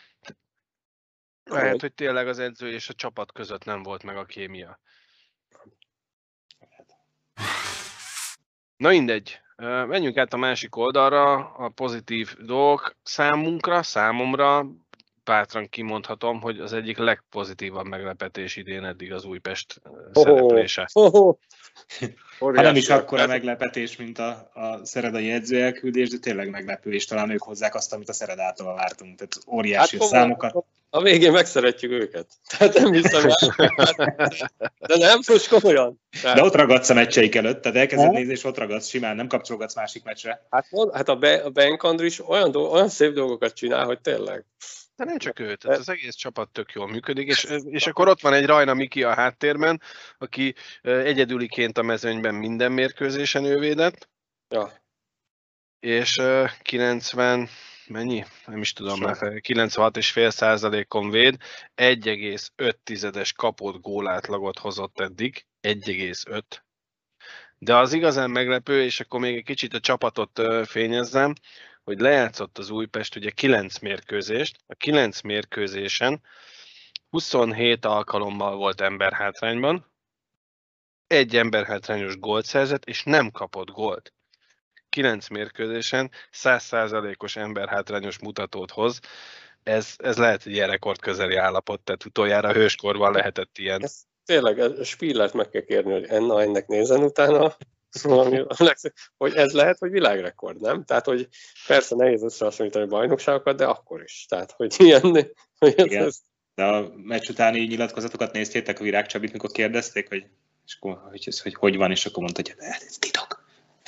Lehet, hogy tényleg az edző és a csapat között nem volt meg a kémia. Na mindegy, Menjünk át a másik oldalra, a pozitív dolgok számomra bátran kimondhatom, hogy az egyik legpozitívabb meglepetés idén eddig az Újpest szereplése. Ha nem is akkora meglepetés, mint a szeredai edzőelküldés, de tényleg meglepő, és talán ők hozzák azt, amit a Szeredától vártunk. Tehát óriási számokat. A végén megszeretjük őket. Tehát nem hiszem de nem, most komolyan. De ott ragadsz a meccseik előtt, tehát elkezded nézni, és ott ragadsz simán, nem kapcsolgatsz másik meccsre. Hát a Benk Andris olyan szép dolgokat csinál, hogy tényleg. De nem csak ő, tehát az egész csapat tök jól működik, és akkor ott van egy Rajna Miki a háttérben, aki egyedüliként a mezőnyben minden mérkőzésen ő védett. Ja. És 90, mennyi? Nem is tudom, 96,5%-on véd, 1,5-es kapott gólátlagot hozott eddig, 1,5. De az igazán meglepő, és akkor még egy kicsit a csapatot fényezzem, hogy lejátszott az Újpest ugye 9 mérkőzést, a 9 mérkőzésen 27 alkalommal volt emberhátrányban, egy emberhátrányos gólt szerzett, és nem kapott gólt. 9 mérkőzésen 100%-os emberhátrányos mutatót hoz. Ez lehet egy ilyen rekord közeli állapot, tehát utoljára hőskorban lehetett ilyen. Ez tényleg, Spillert meg kell kérni, hogy ennek nézzen utána, hogy ez lehet, hogy világrekord, nem? Tehát, hogy persze nehéz összehasonlítani bajnokságokat, de akkor is. Tehát, hogy ilyen... Igen. De a meccs utáni nyilatkozatokat néztétek a Virág Csabit, mikor kérdezték, hogy van, és akkor mondta, hogy ez titok.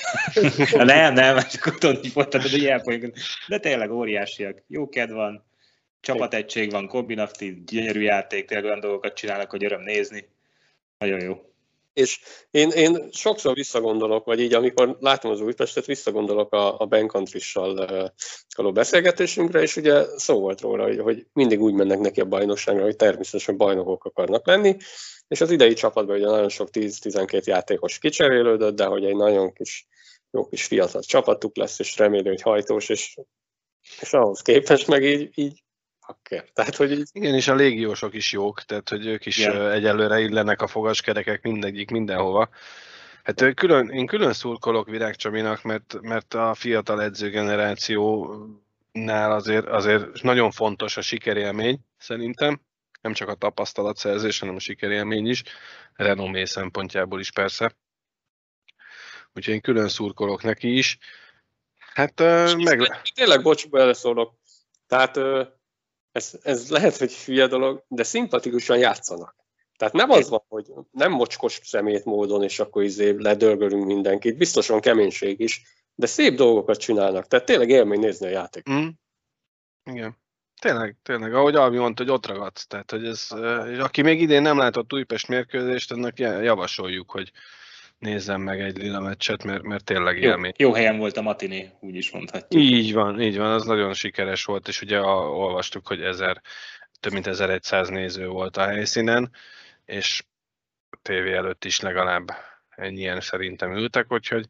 nem, csak ott így folytatod, hogy elfolyunk. De tényleg óriásiak. Jó kedv van, csapategység van, kombinatív, gyönyörű játék, tényleg olyan dolgokat csinálnak, hogy öröm nézni. Nagyon jó. És én sokszor visszagondolok, vagy így amikor látom az Újpestet, visszagondolok a Ben Countrissal való beszélgetésünkre, és ugye szó volt róla, hogy mindig úgy mennek neki a bajnokságra, hogy természetesen bajnokok akarnak lenni, és az idei csapatban ugye nagyon sok 10-12 játékos kicserélődött, de hogy egy nagyon jó kis fiatal csapatuk lesz, és reméli, hogy hajtós, és ahhoz képest meg így hacker. Tehát, hogy így... Igen, és a légiósok is jók, tehát hogy ők is egyelőre illenek a fogaskerekek mindegyik mindenhova. Hát én külön szurkolok Virág Csabinak, mert a fiatal edzőgenerációnál azért nagyon fontos a sikerélmény, szerintem. Nem csak a tapasztalatszerzés, hanem a sikerélmény is, renomé szempontjából is persze. Úgyhogy én külön szurkolok neki is. Hát tényleg, bocs, beleszólok. Tehát ez lehet, hogy hülye dolog, de szimpatikusan játszanak. Tehát nem az van, hogy nem mocskos szemét módon, és akkor ledörgölünk mindenkit. Biztosan keménység is, de szép dolgokat csinálnak. Tehát tényleg élmény nézni a játékot. Igen. Tényleg, ahogy Alvi mondta, hogy ott ragadsz. Tehát, hogy és aki még idén nem látott Újpest mérkőzést, annak javasoljuk, hogy nézzem meg egy lila meccset, mert tényleg élmény. Jó helyen volt a matiné, úgy is mondhatjuk. Így van, az nagyon sikeres volt, és ugye olvastuk, hogy több mint 1100 néző volt a helyszínen, és a tévé előtt is legalább ennyien szerintem ültek, úgyhogy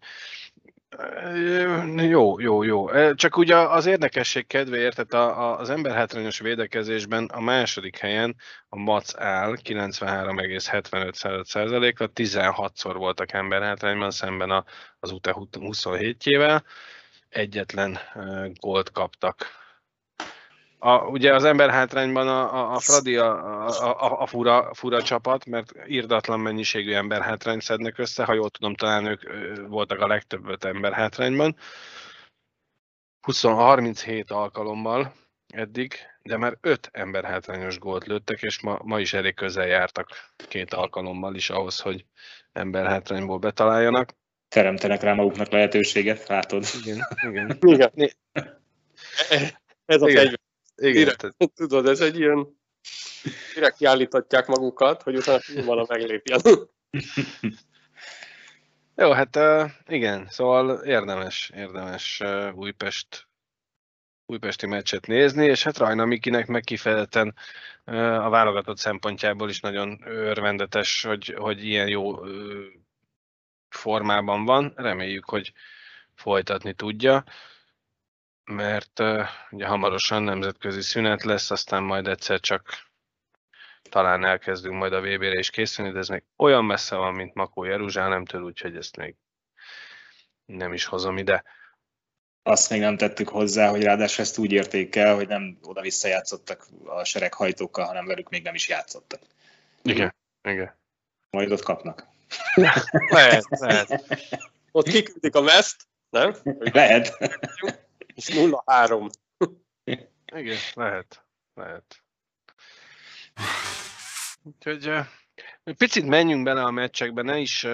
jó. Csak ugye az érdekesség kedvéért, tehát az emberhátrányos védekezésben a második helyen a MAC áll 93,75%-kal, 16-szor voltak emberhátrányban szemben az UTE 27-jével, egyetlen gólt kaptak. Ugye az emberhátrányban a Fradi a fura csapat, mert irdatlan mennyiségű emberhátrányt szednek össze, ha jól tudom, talán ők voltak a legtöbbet emberhátrányban. 37 alkalommal eddig, de már 5 emberhátrányos gólt lőttek, és ma is elég közel jártak 2 alkalommal is ahhoz, hogy emberhátrányból betaláljanak. Teremtenek rá maguknak lehetőséget, látod? Igen. Ez a fegyver. Igen. Tudod, ez egy ilyen... Direkt kiállítatják magukat, hogy utána vala meglépjen. Jó, hát igen, szóval érdemes újpesti meccset nézni, és hát Rajna Mikinek meg kifejezetten a válogatott szempontjából is nagyon örvendetes, hogy ilyen jó formában van. Reméljük, hogy folytatni tudja, mert ugye hamarosan nemzetközi szünet lesz, aztán majd egyszer csak talán elkezdünk majd a VB-re is készülni, de ez még olyan messze van, mint Makó Jeruzsálemtől, úgyhogy ezt még nem is hozom ide. Azt még nem tettük hozzá, hogy ráadásul ezt úgy érték el, hogy nem oda-vissza játszottak a sereghajtókkal, hanem velük még nem is játszottak. Igen. Majd ott kapnak. Lehet. Ott kiküldik a meszt, nem? Lehet. És 0-3. Igen, lehet. Úgyhogy picit menjünk bele a meccsekbe, ne is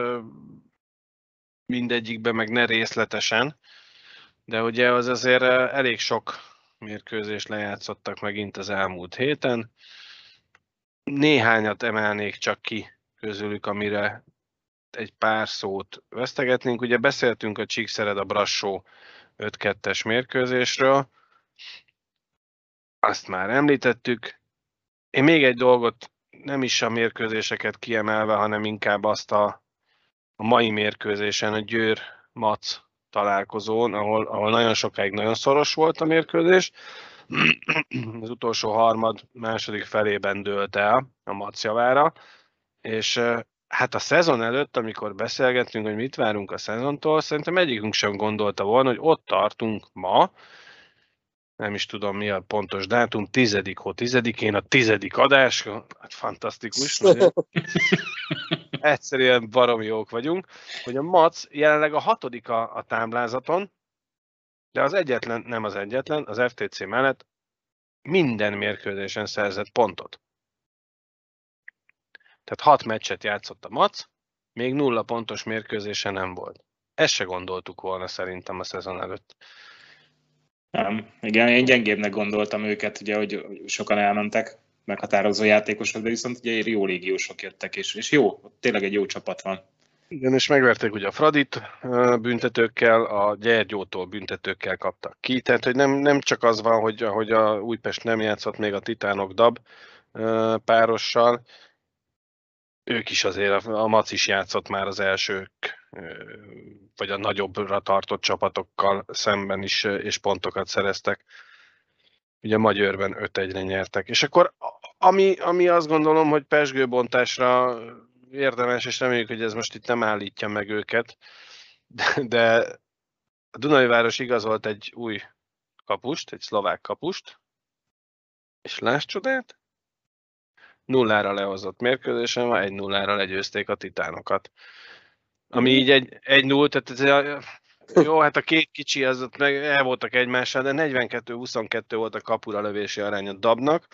mindegyikbe, meg ne részletesen, de ugye az azért elég sok mérkőzést lejátszottak megint az elmúlt héten. Néhányat emelnék csak ki közülük, amire egy pár szót vesztegetnénk. Ugye beszéltünk a Csíkszereda Brassó 5-2-es mérkőzésről, azt már említettük. Én még egy dolgot, nem is a mérkőzéseket kiemelve, hanem inkább azt a mai mérkőzésen, a Győr-Mac találkozón, ahol nagyon sokáig nagyon szoros volt a mérkőzés. Az utolsó harmad második felében dőlt el a Mac javára, és hát a szezon előtt, amikor beszélgettünk, hogy mit várunk a szezontól, szerintem egyikünk sem gondolta volna, hogy ott tartunk ma, nem is tudom mi a pontos dátum, 10-én a 10. adás, hát fantasztikus, egyszerűen baromi jók vagyunk, hogy a Mac jelenleg a 6. a táblázaton, de nem az egyetlen, az FTC mellett minden mérkőzésen szerzett pontot. Tehát 6 meccset játszott a Mac, még 0 pontos mérkőzése nem volt. Ezt se gondoltuk volna szerintem a szezon előtt. Nem. Igen, én gyengébbnek gondoltam őket, ugye, hogy sokan elmentek, meghatározó játékosok, de viszont ugye jó légiósok jöttek, és jó, tényleg egy jó csapat van. Igen, és megverték ugye a Fradit büntetőkkel, a Gyergyótól büntetőkkel kaptak ki, tehát hogy nem csak az van, hogy a Újpest nem játszott még a Titánok Dab párossal, ők is azért, a Mac is játszott már az elsők, vagy a nagyobbra tartott csapatokkal szemben is, és pontokat szereztek. Ugye Magyőrben 5-1-re nyertek. És akkor, ami azt gondolom, hogy pezsgőbontásra érdemes, és reméljük, hogy ez most itt nem állítja meg őket, de a Dunajváros igazolt egy új kapust, egy szlovák kapust, és láss csodát, 0-ra lehozott mérkőzésen, 1-0-ra legyőzték a Titánokat. Ami így 1-0, tehát ez jó, hát a két kicsi az ott meg el voltak egymással, de 42-22 volt a kapura lövési arány a Dabnak.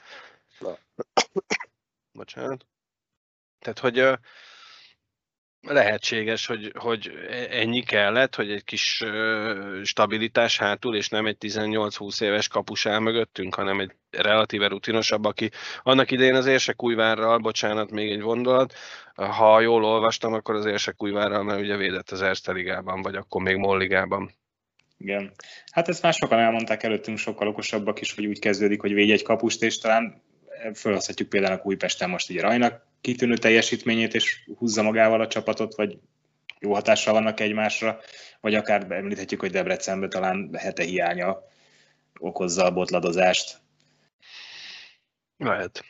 Bocsánat. Tehát, hogy lehetséges, hogy ennyi kellett, hogy egy kis stabilitás hátul, és nem egy 18-20 éves kapus áll mögöttünk, hanem egy relatíve rutinosabb, aki annak idején az Érsekújvárral, bocsánat, még egy gondolat, ha jól olvastam, akkor az Érsekújvárral, mert ugye védett az Erste ligában, vagy akkor még MOL ligában. Igen. Hát ezt már sokan elmondták előttünk, sokkal okosabbak is, hogy úgy kezdődik, hogy védj egy kapust, és talán felhozhatjuk például Újpesten most ugye Rajnak kitűnő teljesítményét, és húzza magával a csapatot, vagy jó hatással vannak egymásra, vagy akár említhetjük, hogy Debrecenben talán hete hiánya okozza a botladozást. Lehet.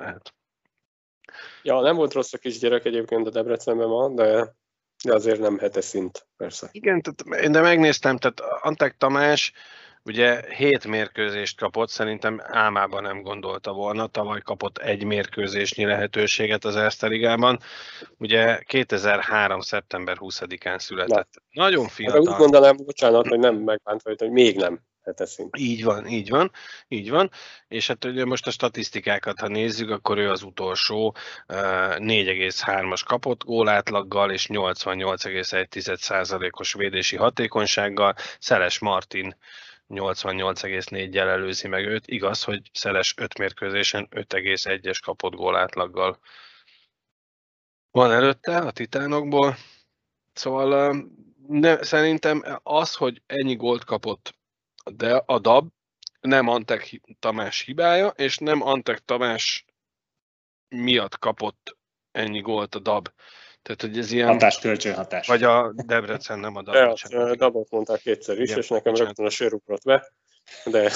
Ja, nem volt rossz a kisgyerek egyébként a Debrecenben ma, de azért nem hete szint, persze. Igen, tehát, de megnéztem, tehát Antek Tamás ugye 7 mérkőzést kapott, szerintem álmában nem gondolta volna, tavaly kapott 1 mérkőzésnyi lehetőséget az Erste ligában, ugye 2003. szeptember 20-án született. Na. Nagyon fiatal. De úgy mondanám, bocsánat, hogy nem megbántva, hogy még nem hete szint. Így van, és hát ugye most a statisztikákat, ha nézzük, akkor ő az utolsó 4,3-as kapott gólátlaggal és 88,1%-os védési hatékonysággal, Szeles Martin 88,4-jel előzi meg őt. Igaz, hogy Szeles 5 mérkőzésen 5,1-es kapott gólátlaggal van előtte a Titánokból. Szóval szerintem az, hogy ennyi gólt kapott de a Dab nem Antek Tamás hibája, és nem Antek Tamás miatt kapott ennyi gólt a Dab. Tehát, hogy ez ilyen... Hatás-kölcsönhatás. Vagy a Debrecen, nem a Dab. A Dabot mondták kétszer is, igen, és nekem rögtön a sör ugrott be. De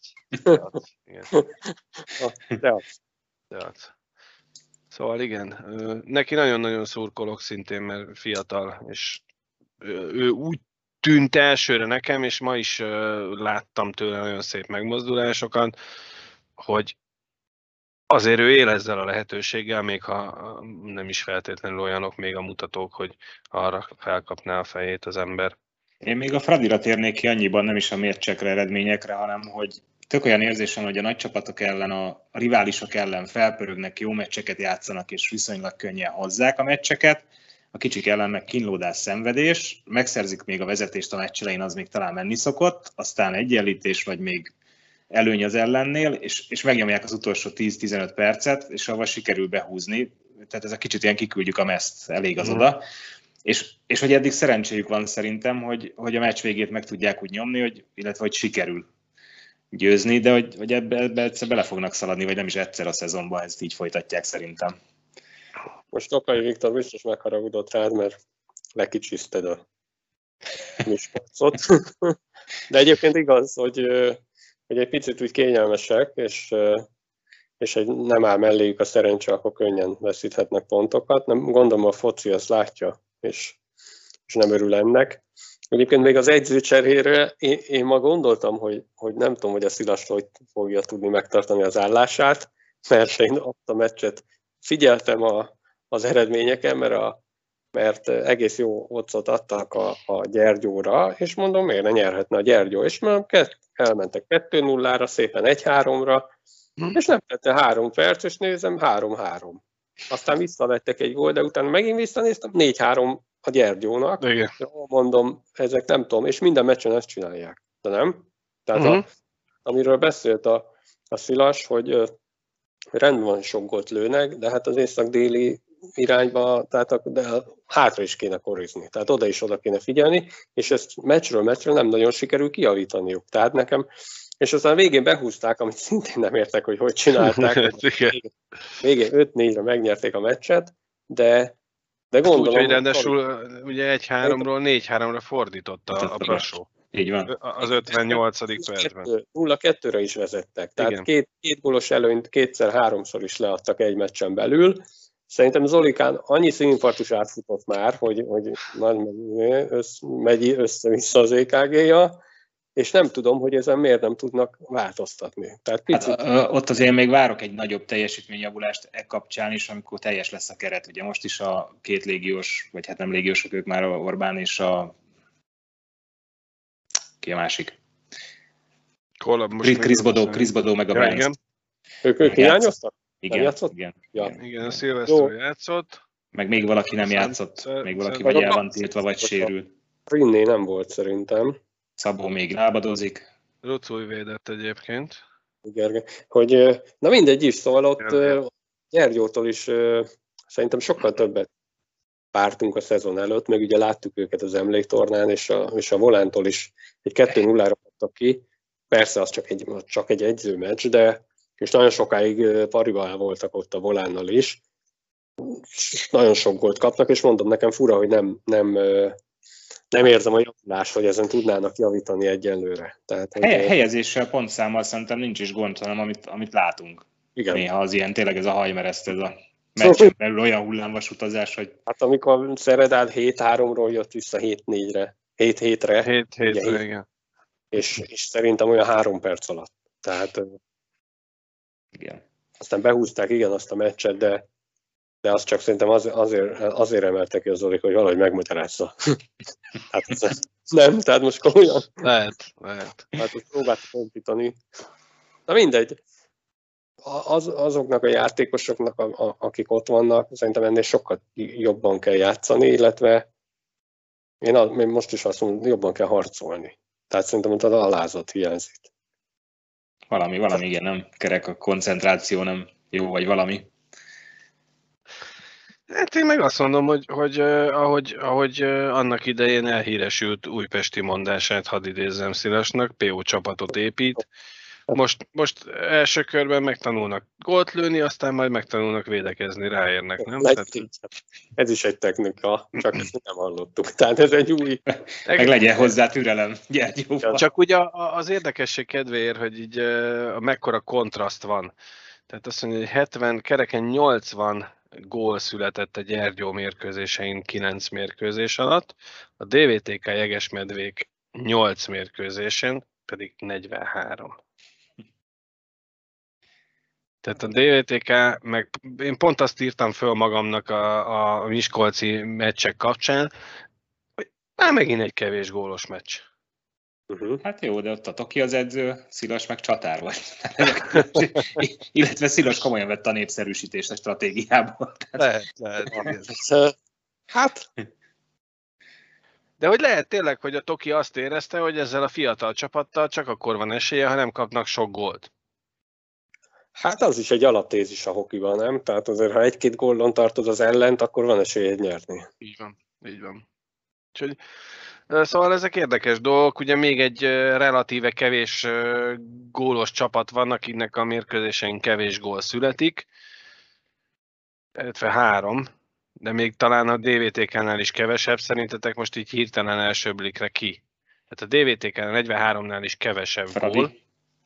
az. Szóval igen, neki nagyon-nagyon szurkolok szintén, mert fiatal, és ő úgy tűnt elsőre nekem, és ma is láttam tőle nagyon szép megmozdulásokat, hogy azért ő él ezzel a lehetőséggel, még ha nem is feltétlenül olyanok még a mutatók, hogy arra felkapná a fejét az ember. Én még a Fradira térnék ki annyiban, nem is a mércsekre, eredményekre, hanem hogy tök olyan érzésem, hogy a nagy csapatok ellen, a riválisok ellen felpörögnek, jó meccseket játszanak, és viszonylag könnyen hozzák a meccseket. A kicsik ellen meg kínlódás, szenvedés, megszerzik még a vezetést a meccs elején, az még talán menni szokott, aztán egyenlítés, vagy még előny az ellennél, és megnyomják az utolsó 10-15 percet, és avval sikerül behúzni. Tehát ez a kicsit ilyen kiküldjük a meszt, elég az oda. És hogy eddig szerencséjük van szerintem, hogy a meccs végét meg tudják úgy nyomni, illetve hogy sikerül győzni, de hogy ebbe egyszer bele fognak szaladni, vagy nem is egyszer a szezonban, ezt így folytatják szerintem. Most Tokai Viktor biztos megharagudott rád, mert lekicsiszted a Miskolcot. De egyébként igaz, hogy egy picit úgy kényelmesek, és egy nem áll melléjük a szerencse, akkor könnyen veszíthetnek pontokat. Nem, gondolom a foci azt látja, és nem örül ennek. Egyébként még az edzőcserére én ma gondoltam, hogy nem tudom, hogy a Szilas hogy fogja tudni megtartani az állását, mert én azt a meccset figyeltem az eredményeken, mert egész jó occot adtak a Gyergyóra, és mondom, miért ne nyerhetne a Gyergyó, és már elmentek 2-0-ra, szépen 1-3-ra, és nem tette 3 perc, és nézem, 3-3. Aztán visszavettek egy gól, de utána megint visszanéztem, 4-3 a Gyergyónak. Igen. Mondom, ezek nem tudom, és minden meccsen ezt csinálják, de nem? Tehát amiről beszélt a Szilas, hogy rendben van, sok gólt lőnek, de hát az észak-déli irányba, de hátra is kéne korizni. Tehát oda is oda kéne figyelni, és ezt meccsről meccsről nem nagyon sikerül kijavítaniuk. Tehát nekem, és aztán végén behúzták, amit szintén nem értek, hogy csinálták. Végén 5-4-re megnyerték a meccset, de gondolom... Úgyhogy ráadásul ugye 1-3-ról 4-3-ra fordította a Brassó. Így van. Az 58. percben. 0-2-re is vezettek. Tehát két gólos előnyt 2-3-szor is leadtak egy meccsen belül. Szerintem Zolikán annyi színinfarktus átfutott már, hogy megy össze-vissza az EKG-ja, és nem tudom, hogy ezen miért nem tudnak változtatni. Tehát picit... ott azért még várok egy nagyobb teljesítményjavulást kapcsán is, amikor teljes lesz a keret. Ugye most is a 2 légiós, vagy hát nem légiósok, ők már a Orbán és a... Ki a másik? Chris Bodó meg a Brian. Igen. Ők hiányoztak? Igen. Igen, a Szilveszter játszott. Meg még valaki nem játszott, még valaki vagy el van tiltva, vagy sérül. Rinné nem volt szerintem. Szabó még lábadozik. Rucúj védett egyébként. Gergely. Hogy, na mindegy is, szóval ott Gyergyótól is szerintem sokkal többet vártunk a szezon előtt, meg ugye láttuk őket az emléktornán, és a Volántól is egy 2-0-ra adtak ki. Persze az csak egy edzőmeccs, de és nagyon sokáig parival voltak ott a Volánnal is. Nagyon sok gólt kapnak, és mondom, nekem fura, hogy nem érzem a javulást, hogy ezen tudnának javítani egyenlőre. Tehát, helyezéssel, pontszámmal szerintem nincs is gond, hanem amit látunk. Igen. Néha az ilyen, tényleg ez a hajmereszt, ez a meccsen belül olyan hullámvasutazás, hogy... Hát amikor Szeredál 7-3-ról jött vissza 7-4-re, 7-7-re. 7-7-re, igen. És szerintem olyan 3 perc alatt. Tehát igen. Aztán behúzták, igen, azt a meccset, de azt csak szerintem azért emelte ki az Zolik, hogy valahogy megmagyarázza. Hát nem, tehát most komolyan. Lehet. Hát most próbáltak kompítani. Na mindegy. Azoknak a játékosoknak, akik ott vannak, szerintem ennél sokkal jobban kell játszani, illetve én most is azt mondom, jobban kell harcolni. Tehát szerintem ott az alázat hiányzik. Valami, igen, nem kerek a koncentráció, nem jó, vagy valami. Hát én meg azt mondom, hogy ahogy annak idején elhíresült újpesti mondását hadd idézzem Szilasnak, PO csapatot épít. Most első körben megtanulnak gólt lőni, aztán majd megtanulnak védekezni, ráérnek, nem? Ez is egy technika, csak ezt nem hallottuk. Tehát ez egy új... Meg legyen hozzá türelem, Gyergyóval. Csak ugye az érdekesség kedvéért, hogy így mekkora kontraszt van. Tehát azt mondja, hogy 70, kereken 80 gól született a Gyergyó mérkőzésein 9 mérkőzés alatt, a DVTK Jegesmedvék 8 mérkőzésen pedig 43. Tehát a DVTK, meg én pont azt írtam föl magamnak a miskolci meccsek kapcsán, hogy már megint egy kevés gólos meccs. Hát jó, de ott a Toki az edző, Szilas meg csatár volt. Illetve Szilas komolyan vett a népszerűsítést a stratégiából. Lehet. Hát... De hogy lehet tényleg, hogy a Toki azt érezte, hogy ezzel a fiatal csapattal csak akkor van esélye, ha nem kapnak sok gólt. Hát az is egy alaptézis a hokiban, nem? Tehát azért, ha egy-két góllon tartod az ellent, akkor van esélyed nyerni. Így van. Úgyhogy, szóval ezek érdekes dolgok. Ugye még egy relatíve kevés gólos csapat van, akinek a mérkőzésen kevés gól születik. Illetve 3, de még talán a DVTK-nál is kevesebb. Szerintetek most így hirtelen első blikre ki? Tehát a DVTK-nál 43-nál is kevesebb Fradi. gól.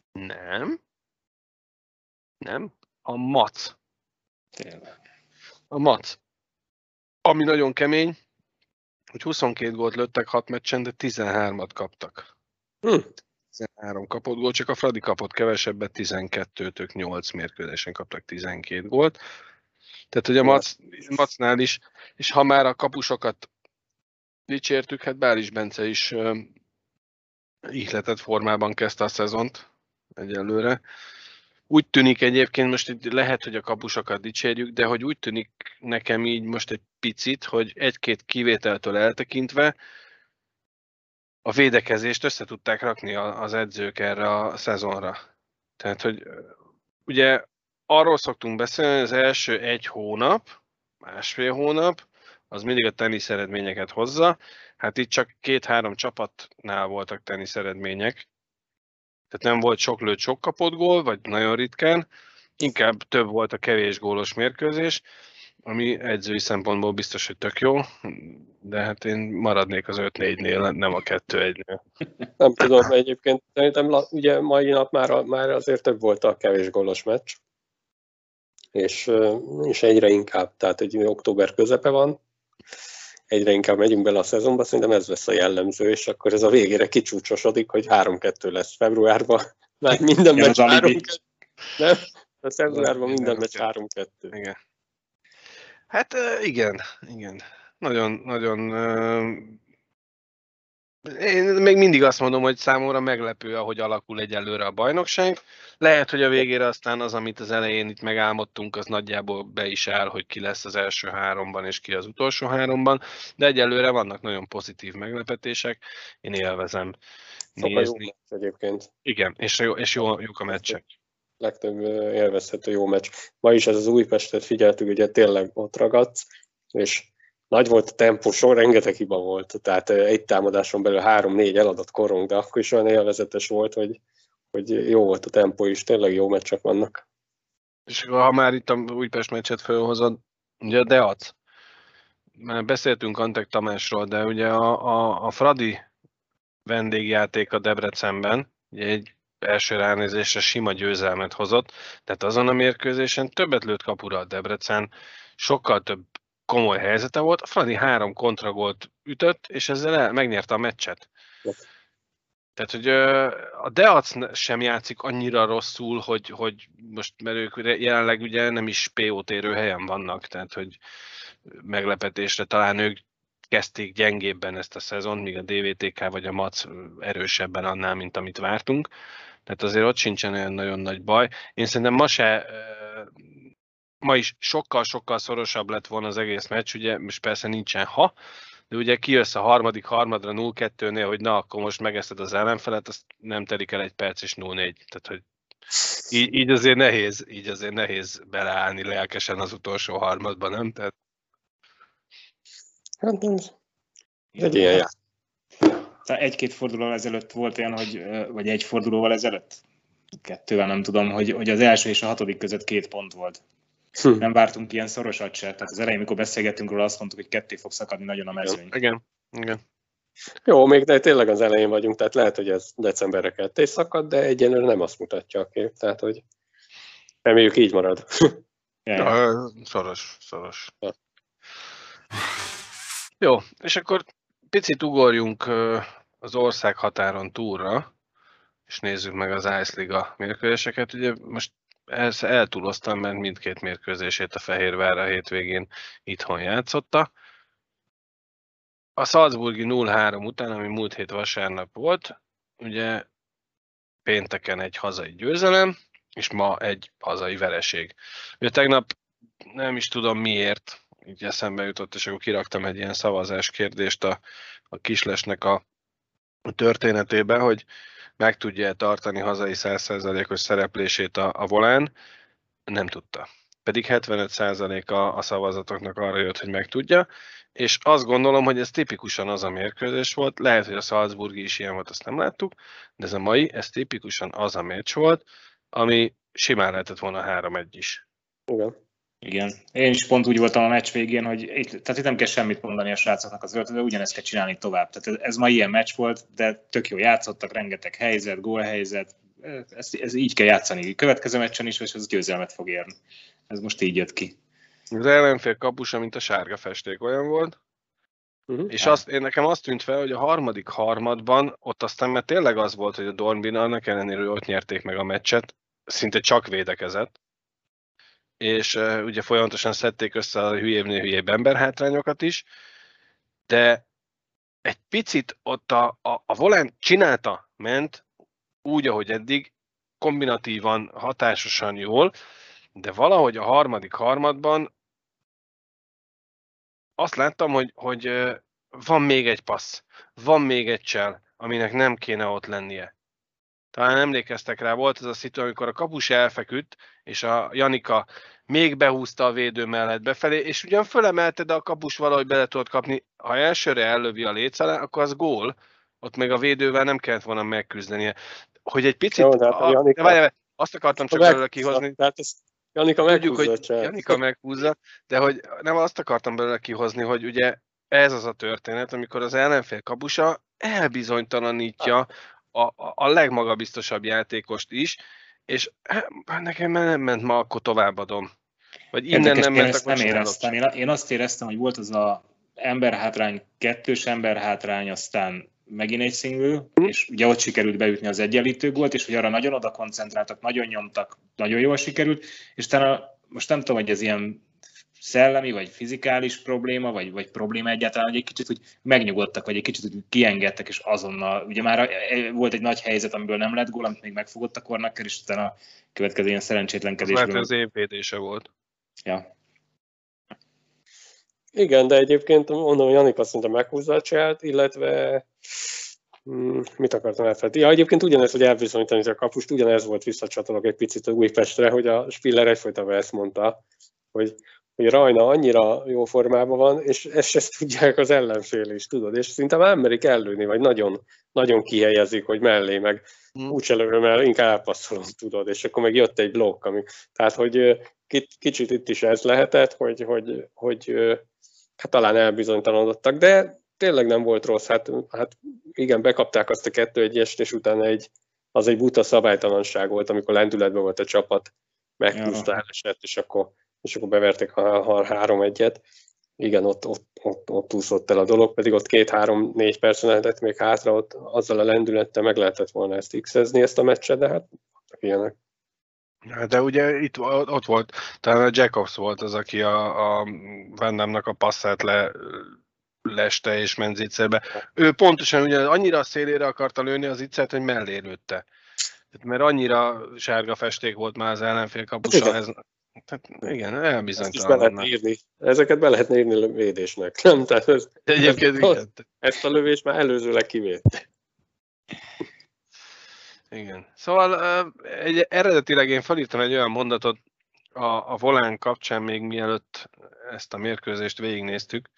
Nem. A Mac. Tényleg. A Mac. Ami nagyon kemény, hogy 22 gólt lőttek 6 meccsen, de 13-at kaptak. 13 kapott gól, csak a Fradi kapott kevesebbet, 12-t, ők 8 mérkőzésen kaptak 12 gólt. Tehát, hogy a Macnál is, és ha már a kapusokat dicsértük, hát Bális Bence is ihletett formában kezdte a szezont egyelőre. Úgy tűnik egyébként, most lehet, hogy a kapusokat dicsérjük, de hogy úgy tűnik nekem így most egy picit, hogy egy-két kivételtől eltekintve a védekezést össze tudták rakni az edzők erre a szezonra. Tehát, hogy ugye arról szoktunk beszélni, hogy az első 1 hónap, másfél hónap, az mindig a tenisz eredményeket hozza. Hát itt csak 2-3 csapatnál voltak tenisz eredmények. Tehát nem volt sok lőtt, sok kapott gól, vagy nagyon ritkán. Inkább több volt a kevés gólos mérkőzés, ami edzői szempontból biztos, hogy tök jó, de hát én maradnék az 5-4-nél, nem a 2-1-nél. Nem tudom, egyébként szerintem ugye mai nap már azért több volt a kevés gólos meccs, és egyre inkább, tehát egy október közepe van, egyre inkább megyünk bele a szezonba, szerintem ez lesz a jellemző, és akkor ez a végére kicsúcsosodik, hogy 3-2 lesz februárban, már minden meccs 3-2. Nem? A februárban minden meccs 3-2. Igen. Hát igen. Nagyon én még mindig azt mondom, hogy számomra meglepő, ahogy alakul egyelőre a bajnokság. Lehet, hogy a végére aztán az, amit az elején itt megálmodtunk, az nagyjából be is áll, hogy ki lesz az első 3-ban és ki az utolsó 3-ban, de egyelőre vannak nagyon pozitív meglepetések, én élvezem nézni. Jó egyébként. Igen, és jók a meccsek. Legtöbb élvezhető jó meccs. Ma is ez az Újpestet figyeltük, ugye tényleg ott ragadsz, és nagy volt a tempó, rengeteg hiba volt, tehát egy támadáson belül 3-4 eladott korong, de akkor is olyan élvezetes volt, hogy jó volt a tempó is, tényleg jó meccsek vannak. És ha már itt a Újpest meccset felhozod, ugye a Deac. Már beszéltünk Antek Tamásról, de ugye a Fradi vendégjáték a Debrecenben, ugye egy első ránézésre sima győzelmet hozott, tehát azon a mérkőzésen többet lőtt kapura a Debrecen, sokkal több komoly helyzete volt, a Fradi 3 kontragolt ütött, és ezzel megnyerte a meccset. Tehát, hogy a Deac sem játszik annyira rosszul, hogy most, mert ők jelenleg ugye nem is PO térő helyen vannak, tehát, hogy meglepetésre talán ők kezdték gyengébben ezt a szezont, míg a DVTK vagy a MAC erősebben annál, mint amit vártunk. Tehát azért ott sincsen olyan nagyon nagy baj. Én szerintem ma is sokkal-sokkal szorosabb lett volna az egész meccs, ugye most persze nincsen de ugye kijössz a harmadra 0-2-nél, hogy na, akkor most megeszed az ellenfelet, azt nem telik el 1 perc és 0-4. Tehát, hogy így azért nehéz beleállni lelkesen az utolsó harmadban, nem? Tehát... Hát egy ilyen jár. Egy-két fordulóval ezelőtt volt olyan, vagy egy fordulóval ezelőtt? 2-vel nem tudom, hogy az első és a 6. között 2 pont volt. Nem vártunk ilyen szorosat se. Tehát az elején, mikor beszélgettünk róla, azt mondtuk, hogy 2 fog szakadni nagyon a mezőny. Igen. Jó, még de tényleg az elején vagyunk, tehát lehet, hogy ez decemberre 2 szakad, de egyenlőre nem azt mutatja a kép, tehát hogy reméljük így marad. Szoros. Jó, és akkor picit ugorjunk az országhatáron túlra, és nézzük meg az Ice Liga mérkőzéseket. Ugye most eltúloztam, mert mindkét mérkőzését a Fehérvár a hétvégén itthon játszotta. A Salzburgi 0-3 után, ami múlt hét vasárnap volt, ugye pénteken egy hazai győzelem, és ma egy hazai vereség. Ugye tegnap nem is tudom miért, így eszembe jutott, és akkor kiraktam egy ilyen szavazás kérdést a Kislesnek a történetébe, hogy meg tudja tartani hazai 100%-os szereplését a volán, nem tudta. Pedig 75% a szavazatoknak arra jött, hogy meg tudja, és azt gondolom, hogy ez tipikusan az a mérkőzés volt, lehet, hogy a Salzburgi is ilyen volt, azt nem láttuk, de ez a mai, ez tipikusan az a meccs volt, ami simán lehetett volna 3-1 is. Igen. Én is pont úgy voltam a meccs végén, hogy itt nem kell semmit mondani a srácoknak az öltözőben, ugyanezt kell csinálni tovább. Tehát ez ma ilyen meccs volt, de tök jó játszottak, rengeteg helyzet, gólhelyzet, ez így kell játszani. Következő meccsen is, és ez győzelmet fog érni. Ez most így jött ki. Az ellenfél kapusa, mint a sárga festék, olyan volt. És nekem azt tűnt fel, hogy a harmadik harmadban, ott aztán mert tényleg az volt, hogy a Dornbin annak ellenére, hogy ott nyerték meg a meccset, szinte csak védekezett. És ugye folyamatosan szedték össze a hülyébbnél hülyébb emberhátrányokat is, de egy picit ott a volán csinálta, ment úgy, ahogy eddig, kombinatívan, hatásosan jól, de valahogy a harmadik harmadban azt láttam, hogy van még egy passz, van még egy csel, aminek nem kéne ott lennie. Talán emlékeztek rá, volt ez a szitu, amikor a kapus elfeküdt, és a Janika még behúzta a védő mellett befelé, és ugyan fölemelte, de a kapus valahogy bele tudott kapni. Ha elsőre ellövi a léc alá, akkor az gól. Ott meg a védővel nem kellett volna megküzdenie. Hogy egy picit... Jó, Janika... azt akartam csak belőle kihozni. Janika meghúzza, Janika meghúzza, de hogy nem azt akartam belőle kihozni, hogy ugye ez az a történet, amikor az ellenfél kapusa elbizonytalanítja a legmagabiztosabb játékost is, és nekem nem ment ma, akkor továbbadom. Vagy innen nem ment, akkor nem éreztem. Én azt éreztem, hogy volt az a emberhátrány, kettős emberhátrány, aztán megint egy single, és ugye ott sikerült beütni az egyenlítő gólt, és hogy arra nagyon oda koncentráltak, nagyon nyomtak, nagyon jól sikerült, és most nem tudom, hogy ez ilyen szellemi, vagy fizikális probléma, vagy probléma egyáltalán, hogy egy kicsit úgy megnyugodtak, vagy egy kicsit úgy kiengedtek, és azonnal, ugye már volt egy nagy helyzet, amiből nem lett gól, amit még megfogott a kornakker, és utána a következő ilyen szerencsétlenkedésből. Lehet, az évvédése volt. Ja. Igen, de egyébként mondom, hogy Janika szerintem meghúzza a cselt, illetve mit akartam elfelejteni? Ja, egyébként ugyanez, hogy elbizonyítani a kapust, ugyanez volt, visszacsatolok egy picit az Újpestre, hogy a Spiller egyfolytában ezt mondta, hogy Rajna annyira jó formában van, és ezt tudják az ellenfél is, tudod, és szinte már merik ellőni, vagy nagyon, nagyon kihelyezik, hogy mellé, meg úgy előre, mert inkább elpasszolom, tudod, és akkor meg jött egy blokk, tehát, hogy kicsit itt is ez lehetett, hogy hát talán elbizonytalanodottak, de tényleg nem volt rossz, hát igen, bekapták azt a 2-1-est, és utána az egy buta szabálytalanság volt, amikor lendületben volt a csapat, meghúzta, elesett, és akkor beverték a 3-1-et. Igen, ott úszott el a dolog, pedig ott 2-3-4 percen lehetett még hátra, ott azzal a lendülettel meg lehetett volna ezt x-ezni, ezt a meccset, de hát ilyenek. De ugye ott volt, talán a Jacobs volt az, aki a Van Damme-nak a passzát leste és ment zicserbe. Ő pontosan ugye annyira a szélére akarta lőni az zicsert, hogy mellé lőtte. Mert annyira sárga festék volt már az ellenfél kapusa, ez... Tehát igen, elbizonytalan. Ezeket be lehetne írni védésnek, nem? Tehát ezt a lövést már előzőleg kivédte. Igen. Szóval eredetileg én felírtam egy olyan mondatot a volán kapcsán, még mielőtt ezt a mérkőzést végignéztük,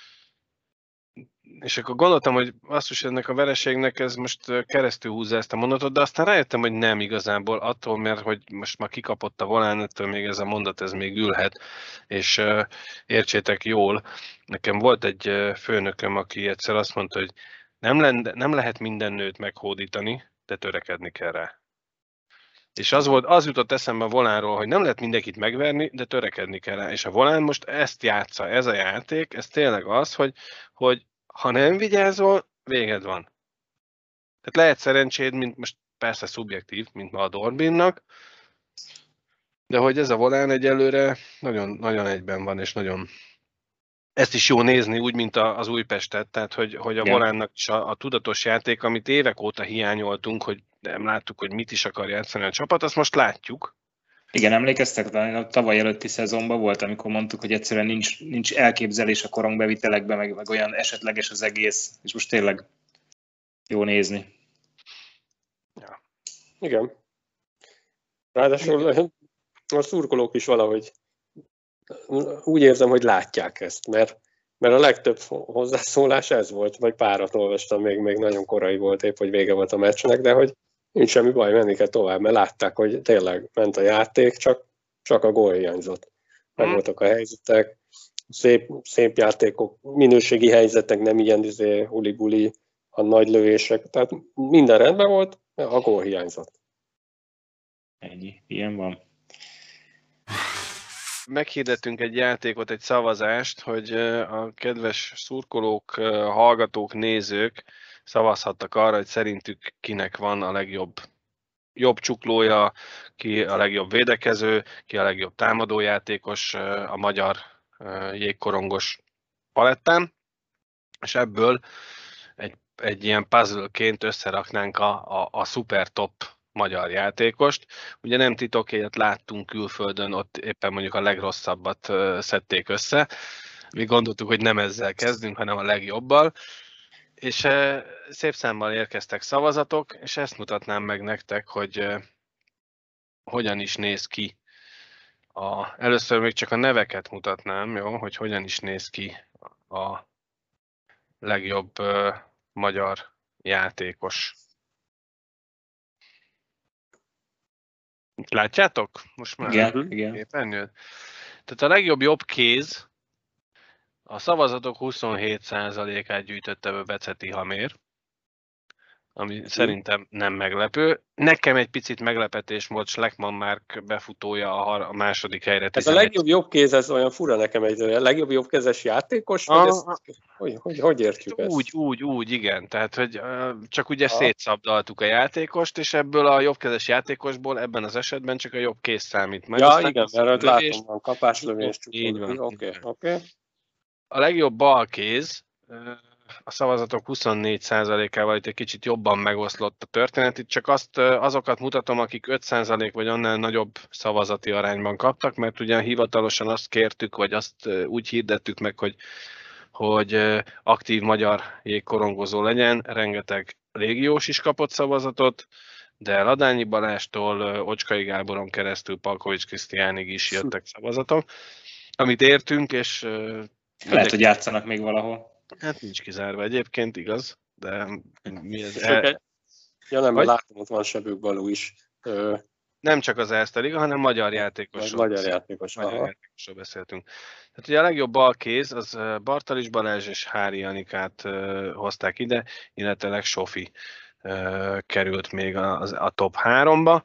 és akkor gondoltam, hogy basszus, ennek a vereségnek ez most keresztül húzza ezt a mondatot, de aztán rájöttem, hogy nem igazából attól, mert hogy most már kikapott a volán, ettől még ez a mondat ez még ülhet, és értsétek jól, nekem volt egy főnököm, aki egyszer azt mondta, hogy nem lehet minden nőt meghódítani, de törekedni kell rá. És az jutott eszembe a Volánról, hogy nem lehet mindenkit megverni, de törekedni kell rá. És a Volán most ezt játsza, ez a játék, ez tényleg az, hogy ha nem vigyázol, véged van. Tehát lehet szerencséd, mint most persze szubjektív, mint ma a Dorbinnak, de hogy ez a Volán egyelőre nagyon, nagyon egyben van, és nagyon... Ezt is jó nézni, úgy, mint az Újpestet, tehát hogy a Volánnak is a tudatos játék, amit évek óta hiányoltunk, hogy nem láttuk, hogy mit is akar játszani a csapat, azt most látjuk. Igen, emlékeztek, a tavaly előtti szezonban volt, amikor mondtuk, hogy egyszerűen nincs elképzelés a korongbevitelekben, meg olyan esetleges az egész, és most tényleg jó nézni. Ja. Igen. Ráadásul a szurkolók is valahogy úgy érzem, hogy látják ezt, mert a legtöbb hozzászólás ez volt, vagy párat olvastam, még nagyon korai volt, épp hogy vége volt a meccsnek, de hogy nincs semmi baj, menni kell tovább, mert látták, hogy tényleg ment a játék, csak a gól hiányzott. Meg voltak a helyzetek, szép játékok, minőségi helyzetek, nem ilyen huli-buli, a nagy lövések, tehát minden rendben volt, a gól hiányzott. Ennyi, ilyen van. Meghirdettünk egy játékot, egy szavazást, hogy a kedves szurkolók, hallgatók, nézők szavazhattak arra, hogy szerintük kinek van a legjobb csuklója, ki a legjobb védekező, ki a legjobb támadójátékos a magyar jégkorongos palettán, és ebből egy ilyen puzzle-ként összeraknánk a szuper top magyar játékost. Ugye nem titok, egyet láttunk külföldön, ott éppen mondjuk a legrosszabbat szedték össze. Mi gondoltuk, hogy nem ezzel kezdünk, hanem a legjobbal. És szép számmal érkeztek szavazatok, és ezt mutatnám meg nektek, hogy hogyan is néz ki. Először még csak a neveket mutatnám, jó, hogy hogyan is néz ki a legjobb magyar játékos. Látjátok? Most már igen. Éppen jön. Tehát a legjobb jobb kéz, a szavazatok 27%-át gyűjtötte be Beceti Hamér, ami szerintem nem meglepő. Nekem egy picit meglepetés volt Schleckmann Márk befutója a második helyre. Ez a legjobb jobbkéz, ez olyan fura nekem, egy legjobb jobbkezes játékos, vagy hogy értjük ezt? Úgy, igen. Tehát, hogy csak ugye szétszabdaltuk a játékost, és ebből a jobbkezes játékosból ebben az esetben csak a jobb kéz számít. Majd ja, igen, mert látom, van kapáslövés. Így van. Oké. A legjobb balkéz, a szavazatok 24%-ával itt egy kicsit jobban megoszlott a történet. Itt csak azokat mutatom, akik 5% vagy annál nagyobb szavazati arányban kaptak, mert ugye hivatalosan azt kértük, vagy azt úgy hirdettük meg, hogy aktív magyar jégkorongozó legyen. Rengeteg légiós is kapott szavazatot, de Ladányi Balástól Ocskai Gáboron keresztül Palkovics Krisztiánig is jöttek szavazatok, amit értünk, és lehet, hogy játszanak még valahol. Hát nincs kizárva egyébként, igaz, de mi ez? Ja nem, mert látom, ott van Sebők Balú is. Nem csak az Erste Liga, hanem magyar játékosról. Magyar játékosról beszéltünk. Tehát ugye a legjobb balkéz, az Bartalis Balázs és Hári Anikát hozták ide, illetve Sofi került még a top 3-ba.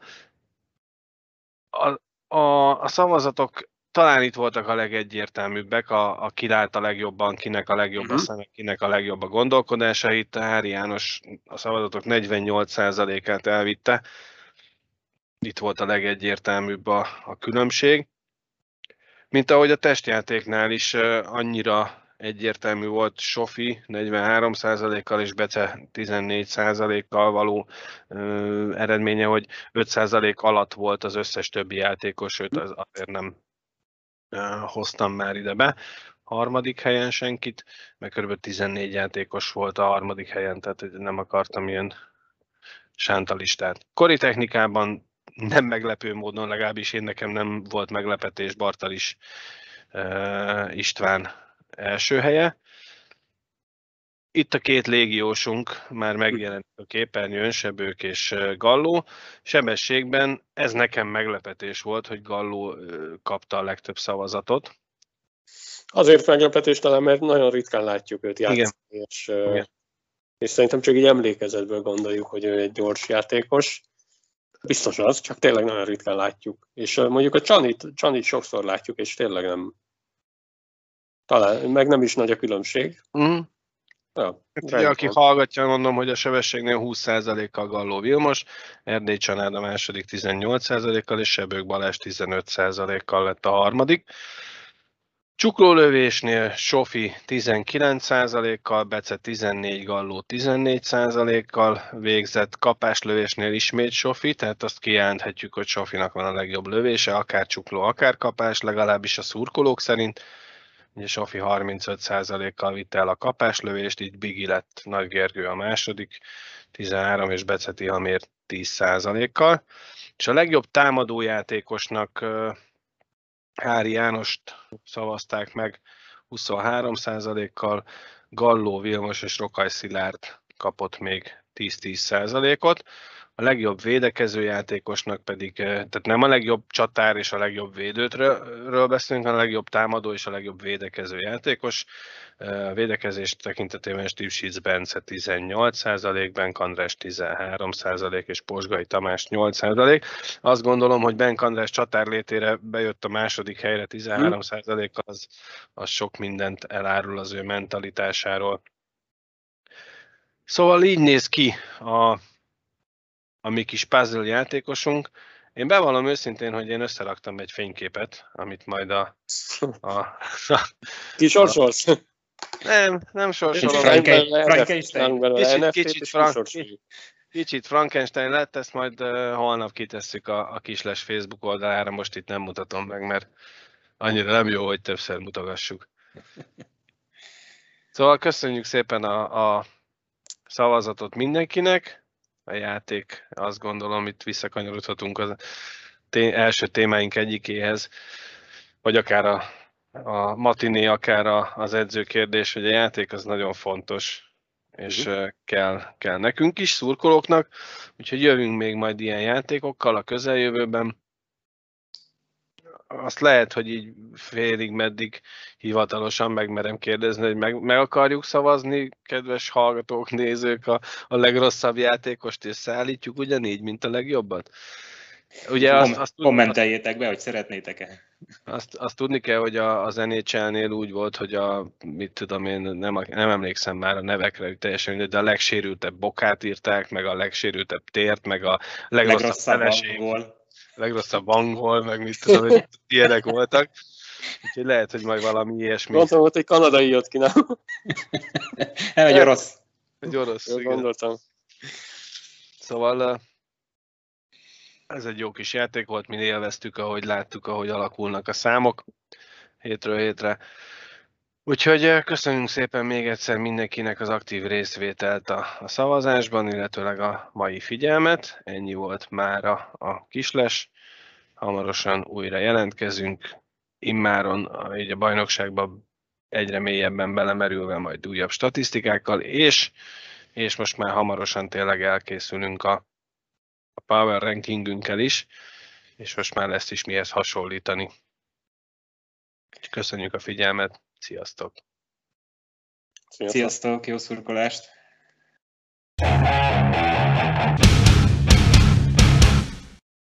A szavazatok talán itt voltak a legegyértelműbbek, a kilát a legjobban, kinek a legjobb a szeme, kinek a legjobb a gondolkodása. Itt a Hári János a szavazatok 48%-át elvitte. Itt volt a legegyértelműbb a különbség. Mint ahogy a testjátéknál is annyira egyértelmű volt Sofi 43%-kal és Bece 14%-kal való eredménye, hogy 5% alatt volt az összes többi játékos, sőt azért nem hoztam már ide be. Harmadik helyen senkit, meg kb. 14 játékos volt a harmadik helyen, tehát nem akartam ilyen sántalistát. Kori technikában nem meglepő módon, legalábbis nekem nem volt meglepetés, Bartalis István első helye. Itt a két légiósunk már megjelent a képernyőn, Sebők és Galló. Sebességben ez nekem meglepetés volt, hogy Galló kapta a legtöbb szavazatot. Azért meglepetés talán, mert nagyon ritkán látjuk őt játszani, és szerintem csak így emlékezetből gondoljuk, hogy ő egy gyors játékos. Biztos az, csak tényleg nagyon ritkán látjuk. És mondjuk a Csanit sokszor látjuk, és tényleg nem. Talán, meg nem is nagy a különbség. Ja, Ugye, aki hallgatja, mondom, hogy a sebességnél 20%-kal Galló Vilmos, Erdély Csanád a második 18%-kal, és Sebők Balázs 15%-kal lett a harmadik. Csuklólövésnél Sofi 19%-kal, Bece 14, Galló 14%-kal végzett, kapáslövésnél ismét Sofi, tehát azt kijelenthetjük, hogy Sofinak van a legjobb lövése, akár csukló, akár kapás, legalábbis a szurkolók szerint. Ugye Sofi 35%-kal vitte el a kapáslövést, így Bigi lett Nagy Gergő a második, 13, és Bece Tihamér 10%-kal. És a legjobb támadójátékosnak Hári Jánost szavazták meg 23%-kal, Galló Vilmos és Rokaj Szilárd kapott még 10-10%-ot. A legjobb védekező játékosnak pedig, tehát nem a legjobb csatár és a legjobb védőtről beszélünk, hanem a legjobb támadó és a legjobb védekező játékos. A védekezés tekintetében Stipsic Bence 18%, Benk András 13% és Posgai Tamás 8%. Azt gondolom, hogy Benk András csatár létére bejött a második helyre 13%-kal, az sok mindent elárul az ő mentalitásáról. Szóval így néz ki a mi kis puzzle játékosunk. Én bevallom őszintén, hogy én összeraktam egy fényképet, amit majd Kisorsolsz? Nem sorsolom. Kicsit Frankenstein lett, ezt majd holnap kitesszük a Kisles Facebook oldalára, most itt nem mutatom meg, mert annyira nem jó, hogy többször mutogassuk. Szóval köszönjük szépen a szavazatot mindenkinek. A játék, azt gondolom, itt visszakanyarodhatunk az első témáink egyikéhez, vagy akár a matiné, akár az edzőkérdés, hogy a játék az nagyon fontos, és kell nekünk is, szurkolóknak, úgyhogy jövünk még majd ilyen játékokkal a közeljövőben. Azt lehet, hogy így félig meddig hivatalosan megmerem kérdezni, hogy meg akarjuk szavazni, kedves hallgatók, nézők, a legrosszabb játékost, és szállítjuk ugyanígy, mint a legjobbat? Ugye kommenteljétek be, hogy szeretnétek-e. Azt tudni kell, hogy az NHL-nél úgy volt, hogy mit tudom én, nem emlékszem már a nevekre, hogy teljesen, de a legsérültebb bokát írták, meg a legsérültebb tért, meg a legrosszabb legrosszabb angol, meg mit tudom, hogy ilyenek voltak. Úgyhogy lehet, hogy majd valami ilyesmi. Gondolom, hogy egy kanadai jött ki, nem? Nem, egy orosz. Egy orosz, igen. Gondoltam. Szóval ez egy jó kis játék volt, mi élveztük, ahogy láttuk, ahogy alakulnak a számok hétről hétre. Úgyhogy köszönjük szépen még egyszer mindenkinek az aktív részvételt a szavazásban, illetőleg a mai figyelmet. Ennyi volt mára a Kisles. Hamarosan újra jelentkezünk. Immáron így a bajnokságban egyre mélyebben belemerülve majd újabb statisztikákkal, és most már hamarosan tényleg elkészülünk a power rankingünkkel is, és most már lesz is mihez hasonlítani. Köszönjük a figyelmet, sziasztok! Sziasztok, jó szurkolást!